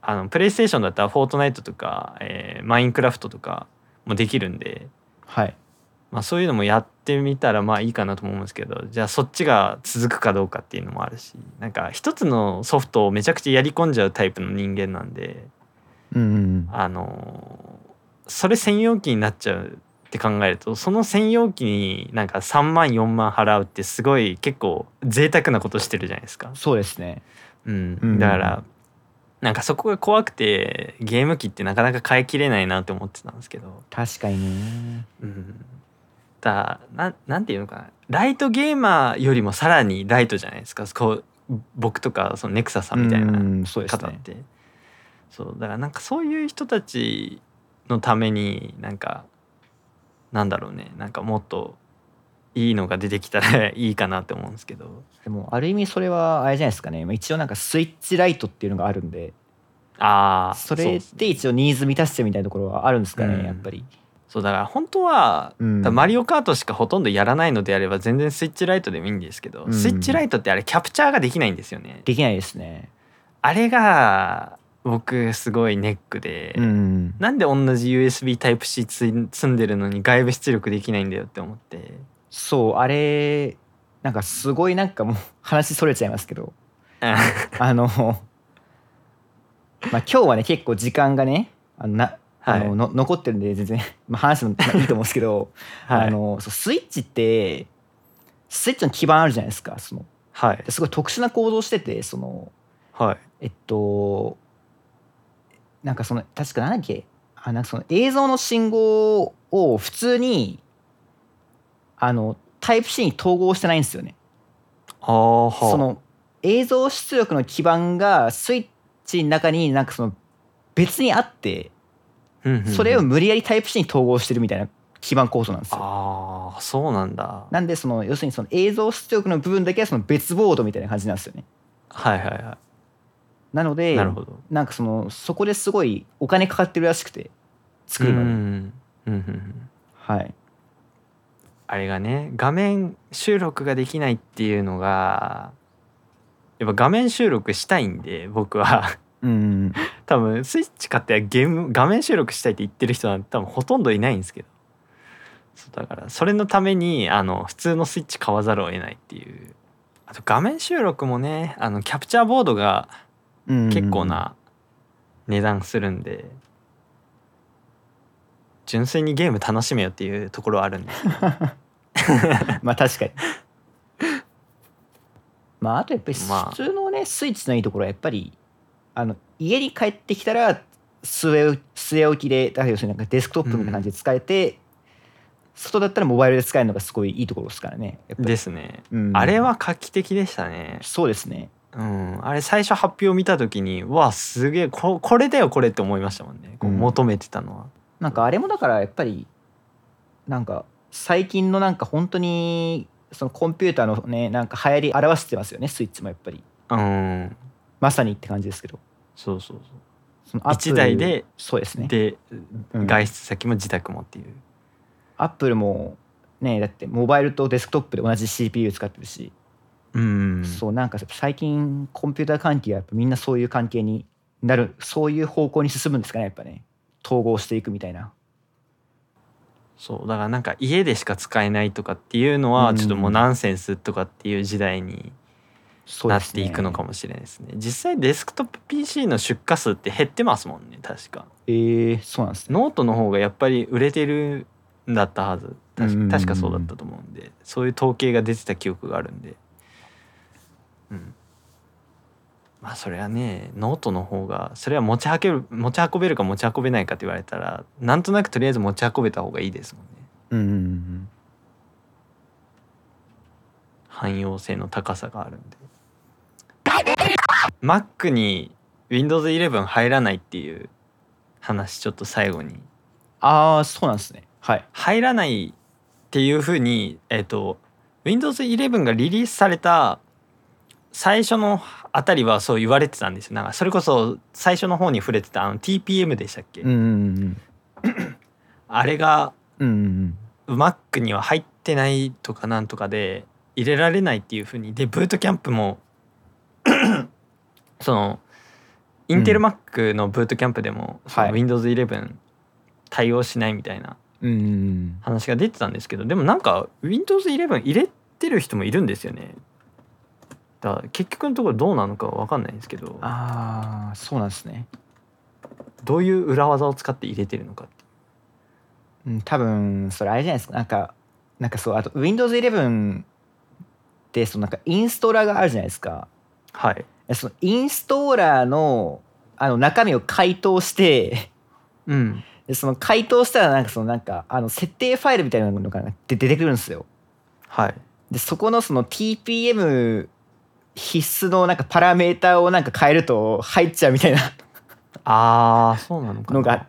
プレイステーションだったらフォートナイトとか、マインクラフトとかもできるんで、
はい。
まあ、そういうのもやってみたらまあいいかなと思うんですけど、じゃあそっちが続くかどうかっていうのもあるし、なんか一つのソフトをめちゃくちゃやり込んじゃうタイプの人間なんで、
うんうんうん、
それ専用機になっちゃうって考えると、その専用機になんか3万4万払うってすごい結構贅沢なことしてるじゃないですか。
そうですね。
うん、だからなんかそこが怖くてゲーム機ってなかなか買い切れないなって思ってたんですけど、
確かにね。
うん、なんていうのかな、ライトゲーマーよりもさらにライトじゃないですか、こう僕とかそのネクサさんみたいな方って、そうだからなんかそういう人たちのためになんかなんだろうね、なんかもっといいのが出てきたらいいかなって思うんですけど。
でもある意味それはあれじゃないですかね。一応なんかスイッチライトっていうのがあるんで、それで一応ニーズ満たしてみたいなところはあるんですかね、やっぱり。
そうだから本当は、マリオカートしかほとんどやらないのであれば全然スイッチライトでもいいんですけど、スイッチライトってあれキャプチャーができないんですよね。
できないですね。
あれが僕すごいネックで、なんで同じ USB Type-C 積んでるのに外部出力できないんだよって思って。
そうあれなんかすごいなんかもう話それちゃいますけどまあ今日はね結構時間がね残ってるんで全然、まあ、話してもいいと思うんですけど、はい、スイッチってスイッチの基板あるじゃないですか。
はい、
すごい特殊な構造してて
はい、
なんか確かなんだっけ、なんか映像の信号を普通にタイプ C に統合してないんですよね。映像出力の基板がスイッチの中になんか別にあって、それを無理やりタイプ C に統合してるみたいな基板構造なんですよ。
ああ、そうなんだ。
なんで要するに映像出力の部分だけは別ボードみたいな感じなんですよね。
はいはいはい。
なのでなんかそこですごいお金かかってるらしくて作るのに。はい。
あれがね、画面収録ができないっていうのがやっぱ画面収録したいんで僕は多分スイッチ買って画面収録したいって言ってる人なんて多分ほとんどいないんですけど、だからそれのために普通のスイッチ買わざるを得ないっていう。あと画面収録もね、キャプチャーボードが結構な値段するんで、純粋にゲーム楽しめよっていうところはあるんですけど
まあ確かにまああとやっぱり普通のねスイッチのいいところはやっぱり家に帰ってきたら据え置きで、だから要するになんかデスクトップみたいな感じで使えて、外だったらモバイルで使えるのがすごいいいところですからね。やっぱり
ですね、あれは画期的でしたね。
そうですね。
あれ最初発表を見た時にわあすげえこれだよこれって思いましたもんね。こう求めてたのは、
なんかあれもだからやっぱりなんか最近のなんか本当にコンピューターのねなんか流行り表してますよね、スイッチもやっぱり。まさにって感じですけど。
そう1台で、
そうですね。
で、外出先も自宅もっていう。
アップルもねだってモバイルとデスクトップで同じ CPU 使ってるし、そうなんか最近コンピューター関係はやっぱみんなそういう関係になる、そういう方向に進むんですかね、やっぱね、統合していくみたいな。
そうだからなんか家でしか使えないとかっていうのはちょっともうナンセンスとかっていう時代になっていくのかもしれないですね。実際デスクトップ PC の出荷数って減ってますもんね、確か。
そうなんですね。
ノートの方がやっぱり売れてるんだったはず。確かそうだったと思うんで、そういう統計が出てた記憶があるんで、まあそれはね、ノートの方がそれは持ち運べるか持ち運べないかって言われたらなんとなくとりあえず持ち運べた方がいいですもんね。汎用性の高さがあるんで。Mac に Windows 11入らないっていう話ちょっと最後に。
そうなんですね。はい。
入らないっていうふうにWindows 11がリリースされた最初のあたりはそう言われてたんですよ。なんかそれこそ最初の方に触れてたTPM でしたっけ、あれが、Mac には入ってないとかなんとかで入れられないっていうふうにで、ブートキャンプもそのインテル Mac のブートキャンプでも、その Windows 11対応しないみたいな話が出てたんですけど、でもなんか Windows 11入れてる人もいるんですよね。だから結局のところどうなのかは分かんないんですけど。
ああ、そうなんですね。
どういう裏技を使って入れてるのかって。
多分それあれじゃないですか。なんかそう、あと Windows 11ってそのなんかインストーラーがあるじゃないですか。
はい。
そのインストーラーの中身を解凍してでその解凍したらなんか設定ファイルみたいなのが出てくるんですよ。
はい。
でそこのその TPM 必須のなんかパラメーターをなんか変えると入っちゃうみたいな
そうなのかな
のがあって、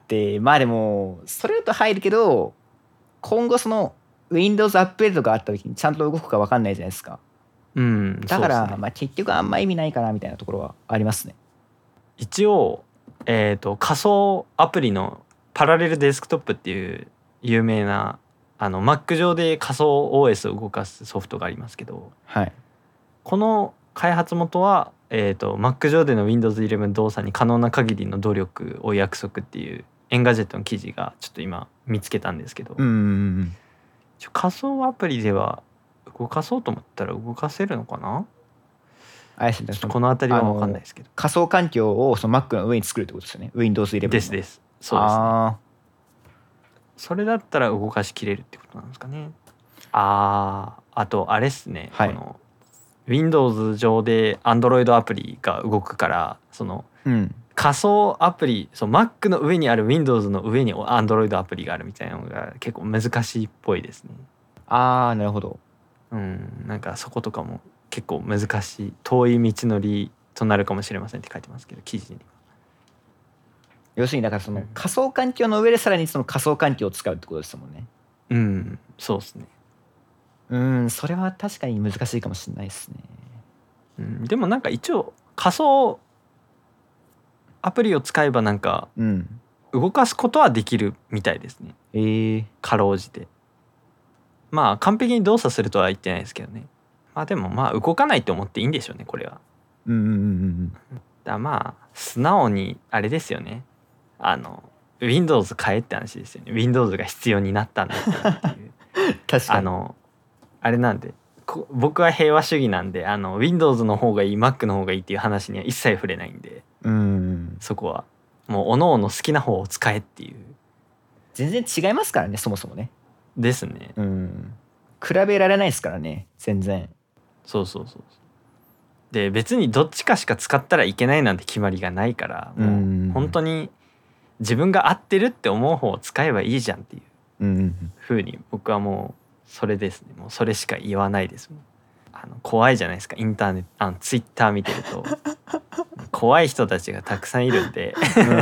まあでもそれだと入るけど、今後その Windows アップデートがあった時にちゃんと動くか分かんないじゃないですか。だから、まあ結局あんま意味ないかなみたいなところはありますね。
一応、仮想アプリのパラレルデスクトップっていう有名なMac 上で仮想 OS を動かすソフトがありますけど、
はい、
この開発元は、Mac 上での Windows 11動作に可能な限りの努力を約束っていうエンガジェットの記事がちょっと今見つけたんですけど、仮想アプリでは動かそうと思ったら動かせるのかな。この辺りは分かんないですけど、
仮想環境をその Mac の上に作るってことですよね。 Windows 11
ですそうですね。それだったら動かしきれるってことなんですかね。あとあれっすね、この Windows 上で Android アプリが動くから、その、仮想アプリ、Mac の上にある Windows の上に Android アプリがあるみたいなのが結構難しいっぽいですね。
なるほど。
なんかそことかも結構難しい、遠い道のりとなるかもしれませんって書いてますけど、記事には。
要するにだからその仮想環境の上でさらにその仮想環境を使うってことですもんね。
そうですね。
それは確かに難しいかもしれないですね。
でもなんか一応仮想アプリを使えばなんか動かすことはできるみたいですね。かろうじて。まあ完璧に動作するとは言ってないですけどね。まあでもまあ動かないと思っていいんでしょうね、これは。だまあ素直にあれですよね。Windows 変えって話ですよね。Windows が必要になったんだっていう
確かに
あれなんで、僕は平和主義なんで、Windows の方がいい Mac の方がいいっていう話には一切触れないんで、そこはもう各々好きな方を使えっていう。
全然違いますからね、そもそもね。
ですね。
比べられないですからね、全然。
そうで、別にどっちかしか使ったらいけないなんて決まりがないから、もう本当に自分が合ってるって思う方を使えばいいじゃんっていう風に僕はもうそれですね。もうそれしか言わないですもん。怖いじゃないですか、インターネットツイッター見てると怖い人たちがたくさんいるんで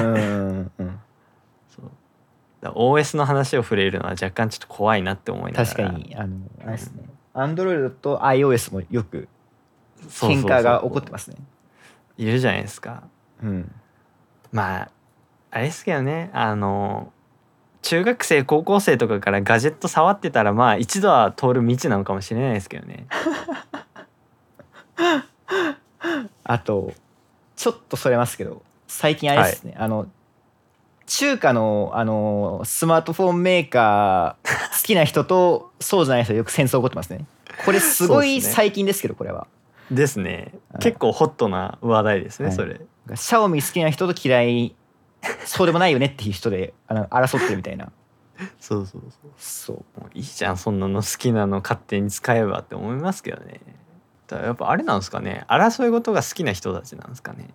OS の話を触れるのは若干ちょっと怖いなって思いながら。
確かにあれですね、Android と iOS もよく喧嘩が起こってますね。
いるじゃないですか。まああれですけどね、中学生高校生とかからガジェット触ってたらまあ一度は通る道なのかもしれないですけどね
あとちょっとそれますけど、最近あれですね、中華のスマートフォンメーカー好きな人とそうじゃない人よく戦争起こってますね。これすごい最近ですけど、これは
ですね、結構ホットな話題ですね、それ。
シャオミ好きな人と嫌いそうでもないよねっていう人で争ってるみたいな。
そうもういいじゃん、そんなの好きなの勝手に使えばって思いますけどね。だからやっぱあれなんですかね、争い事が好きな人たちなんですかね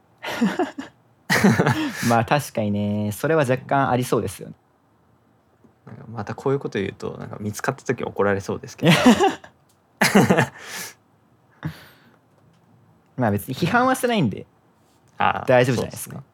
まあ確かにね、それは若干ありそうですよね。
なんかまたこういうこと言うとなんか見つかった時怒られそうですけど
まあ別に批判はしてないんで大丈夫じゃないですか。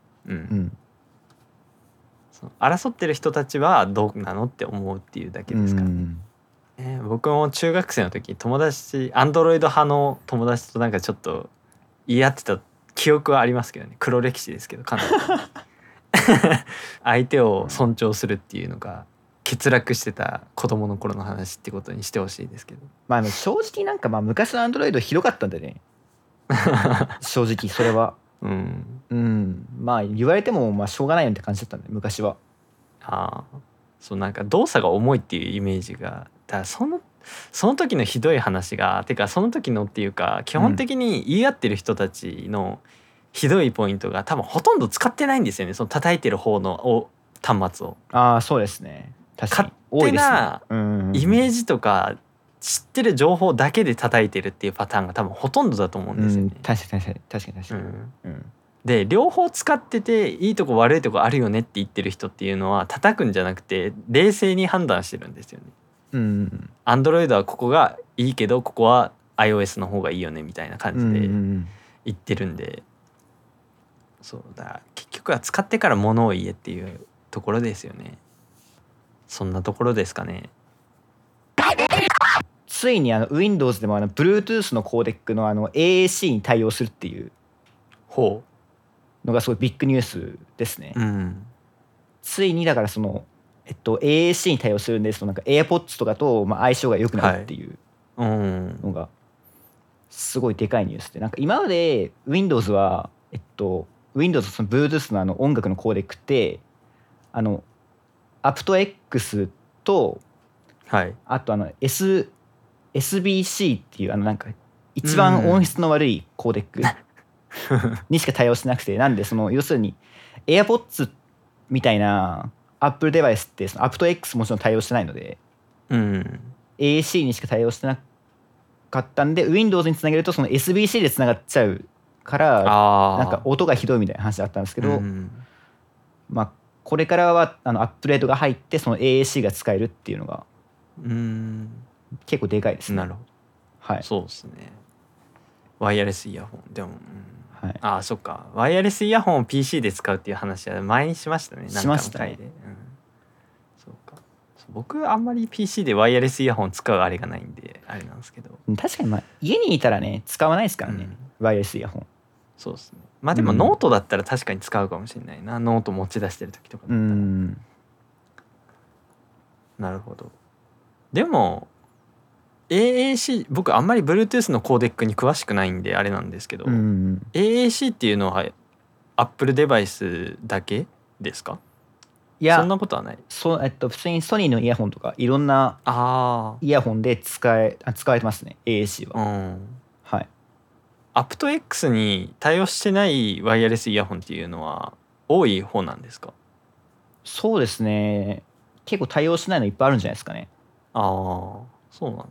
争ってる人たちはどうなのって思うっていうだけですからね。僕も中学生の時友達アンドロイド派の友達となんかちょっと言い合ってた記憶はありますけどね。黒歴史ですけどかなり相手を尊重するっていうのが欠落してた子供の頃の話ってことにしてほしいですけど、
まあ正直なんか昔のアンドロイドひどかったんでね正直それはまあ言われてもまあしょうがないよって感じだったんで昔は。
そうなんか動作が重いっていうイメージが、だからその時のひどい話がてかその時のっていうか基本的に言い合ってる人たちのひどいポイントが多分ほとんど使ってないんですよね、その叩いてる方の端末を。
そうですね。確かに
勝手なイメージとか知ってる情報だけで叩いてるっていうパターンが多分ほとんどだと思うんですよね。
確かに。
で両方使ってていいとこ悪いとこあるよねって言ってる人っていうのは叩くんじゃなくて冷静に判断してるんですよね。Android はここがいいけどここは iOS の方がいいよねみたいな感じで言ってるんで、そうだ結局は使ってから物を言えっていうところですよね。そんなところですかね。
ついにWindows でもBluetooth のコーデックのAAC に対応するっていうのがすごいビッグニュースですね。ついにだからそのAAC に対応するんで、そのなんか AirPods とかと相性が良くなるっていうのがすごいでかいニュースで、なんか今まで Windows はWindows その Bluetooth の音楽のコーデックってaptX とあとSBC っていうなんか一番音質の悪いコーデックにしか対応してなくて、なんでその要するに AirPods みたいな Apple デバイスってその aptX もちろん対応してないので、AAC にしか対応してなかったんで Windows につなげるとその SBC でつながっちゃうからなんか音がひどいみたいな話だったんですけど、まあこれからはアップデートが入ってその AAC が使えるっていうのが結構でかいですね。
なるほど。はい。そうですね。ワイヤレスイヤホンでも、そっか。ワイヤレスイヤホンを PC で使うっていう話は前にしましたね。
しましたね。
そうか。僕あんまり PC でワイヤレスイヤホン使うあれがないんであれなんですけど。
確かに家にいたらね使わないですからね、ワイヤレスイヤホン。
そうですね。まあでもノートだったら確かに使うかもしれないな。ノート持ち出してる時とかだったら。なるほど。でも AAC 僕あんまり Bluetooth のコーデックに詳しくないんであれなんですけど、AAC っていうのは Apple デバイスだけですか？いやそんなことはない。
普通にソニーのイヤホンとかいろんなイヤホンで使われてますね AAC は。はい。
aptX に対応してないワイヤレスイヤホンっていうのは多い方なんですか？
そうですね。結構対応しないのいっぱいあるんじゃないですかね。
そうなんだ。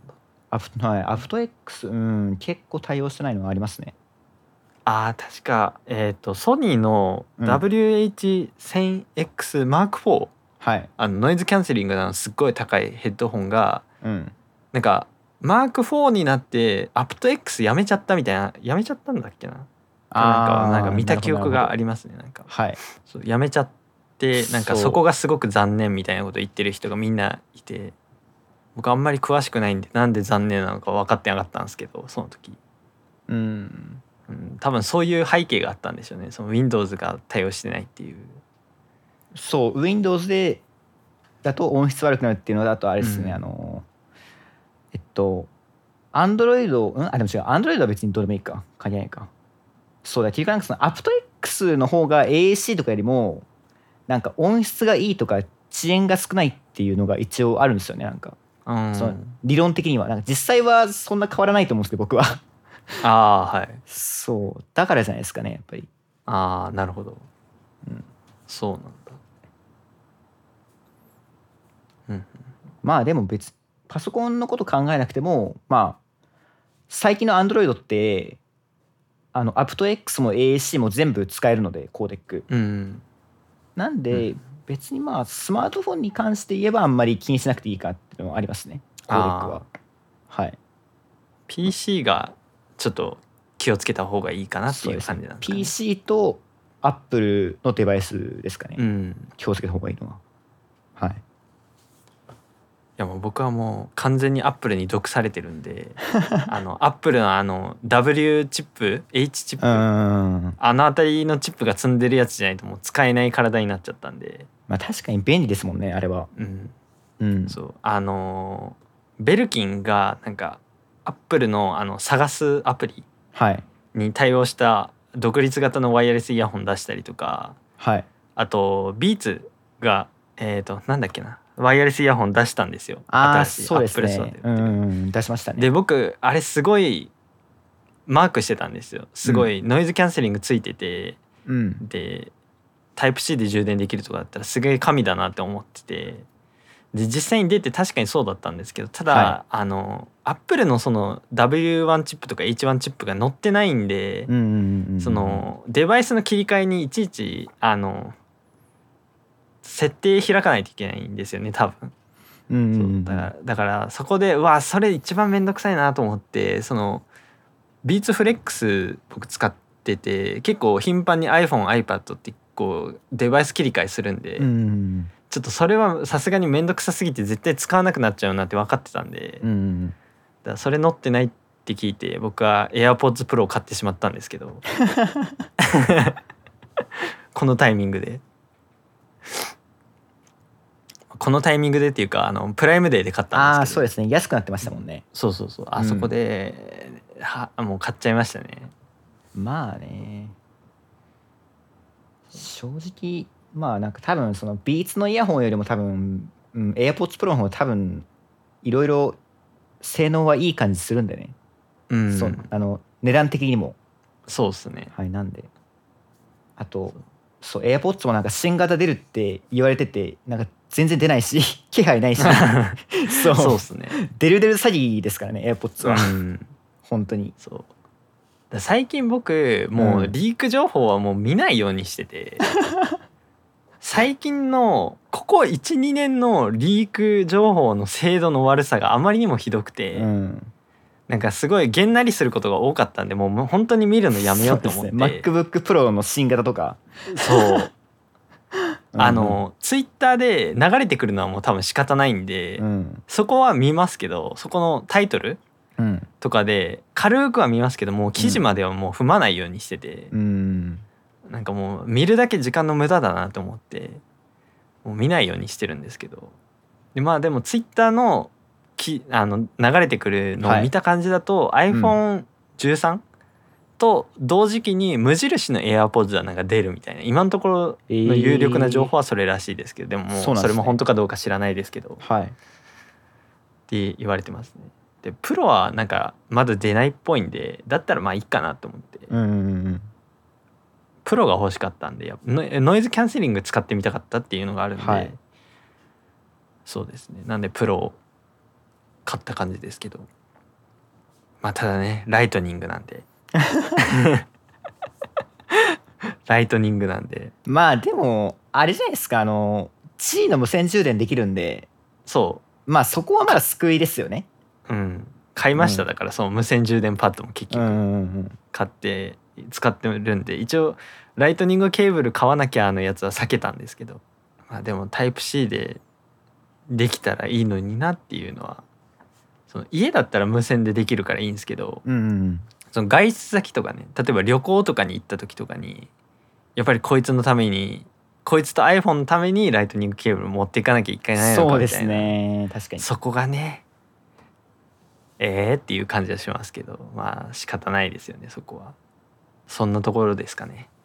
aptX 結構対応してないのがありますね。
確かソニーの WH-1000X Mark IV、ノイズキャンセリングのすっごい高いヘッドホンが、なんかマーク4になってaptXやめちゃったみたいな、やめちゃったんだっけな、なんか見た記憶がありますね。なんかそうやめちゃってなんかそこがすごく残念みたいなこと言ってる人がみんないて、僕あんまり詳しくないんでなんで残念なのか分かってなかったんですけど、その時多分そういう背景があったんでしょうね。その Windows が対応してないっていう。
そう Windows でだと音質悪くなるっていうのだとあれですね、Android でも違う、Android は別にどうでもいいか、関係ないか。そうだ、結局なんかその aptX の方が AAC とかよりもなんか音質がいいとか遅延が少ないっていうのが一応あるんですよね。なんかその理論的にはなんか実際はそんな変わらないと思うんですけど僕はそうだからじゃないですかねやっぱり。
なるほど、そうなんだ。
まあでも別パソコンのこと考えなくても最近の Android ってaptX も AAC も全部使えるのでコーデック、なんで別にスマートフォンに関して言えばあんまり気にしなくていいかっていうのはありますね、コーデックは。
PC がちょっと気をつけた方がいいかなっていう感じなんですかね。
PC と Apple のデバイスですかね、気をつけた方がいいのは。い
やもう僕はもう完全に Apple に毒されてるんでApple のW チップ H チップあたりのチップが積んでるやつじゃないともう使えない体になっちゃったんで。
確かに便利ですもんねあれは。
そうベルキンがなんかアップルの探すアプリに対応した独立型のワイヤレスイヤホン出したりとか、
はい、
あとビーツがなんだっけな、ワイヤレスイヤホン出したんですよ。新しい
そうですね。
アップルストアで売ってる。
出しましたね。
で僕あれすごいマークしてたんですよ。すごいノイズキャンセリングついてて、でタイプ C で充電できるとかだったらすげえ神だなって思ってて、で実際に出て確かにそうだったんですけど、ただ、はい、アップルのその W1 チップとか H1 チップが載ってないんで、そのデバイスの切り替えにいちいち設定開かないといけないんですよね多分。だからそこでそれ一番めんどくさいなと思って、そのビーツフレックス僕使ってて、結構頻繁に iPhone、iPad ってこうデバイス切り替えするんで、ちょっとそれはさすがにめんどくさすぎて絶対使わなくなっちゃうなって分かってたんで、だからそれ乗ってないって聞いて僕は AirPods Pro を買ってしまったんですけどこのタイミングでっていうかプライムデーで買ったんですけど、
そうですね、安くなってましたもんね。
そうあそこで、もう買っちゃいましたね。
まあね、正直なんか多分そのビーツのイヤホンよりも多分、AirPods Pro の方が多分いろいろ性能はいい感じするんでね。値段的にも
そうですね。
はい、なんであとAirPods もなんか新型出るって言われててなんか全然出ないし気配ないし
そうですね。
出る詐欺ですからね AirPods は。本当に
そう最近僕もうリーク情報はもう見ないようにしてて、最近のここ 1,2 年のリーク情報の精度の悪さがあまりにもひどくて、なんかすごいげんなりすることが多かったんで、もう本当に見るのやめようと思って、
MacBook Pro の新型とか
そうツイッターで流れてくるのはもう多分仕方ないんで、そこは見ますけど、そこのタイトルとかで軽くは見ますけど、もう記事まではもう踏まないようにしてて、なんかもう見るだけ時間の無駄だなと思ってもう見ないようにしてるんですけど、ででもツイッターの流れてくるのを見た感じだと、iPhone13 と同時期に無印の AirPods はなんか出るみたいな、今のところの有力な情報はそれらしいですけど、でももうそれも本当かどうか知らないですけど、って言われてますね。でプロはなんかまだ出ないっぽいんで、だったらいいかなと思って、プロが欲しかったんで、ノイズキャンセリング使ってみたかったっていうのがあるんで、そうですね、なんでプロを買った感じですけど、ただねライトニングなんでライトニングなんで、
でもあれじゃないですか、G の無線充電できるんで、そこはまだ救いですよね。
買いました。だからその無線充電パッドも結局買って使ってるんで、一応ライトニングケーブル買わなきゃやつは避けたんですけど、でもタイプ C でできたらいいのになっていうのは、その家だったら無線でできるからいいんですけど、その外出先とかね、例えば旅行とかに行った時とかにやっぱりこいつと iPhone のためにライトニングケーブル持っていかなきゃいけないのかみたいな。そうですね、確かにそこがねっていう感じはしますけど、仕方ないですよね、そこは。そんなところですかね。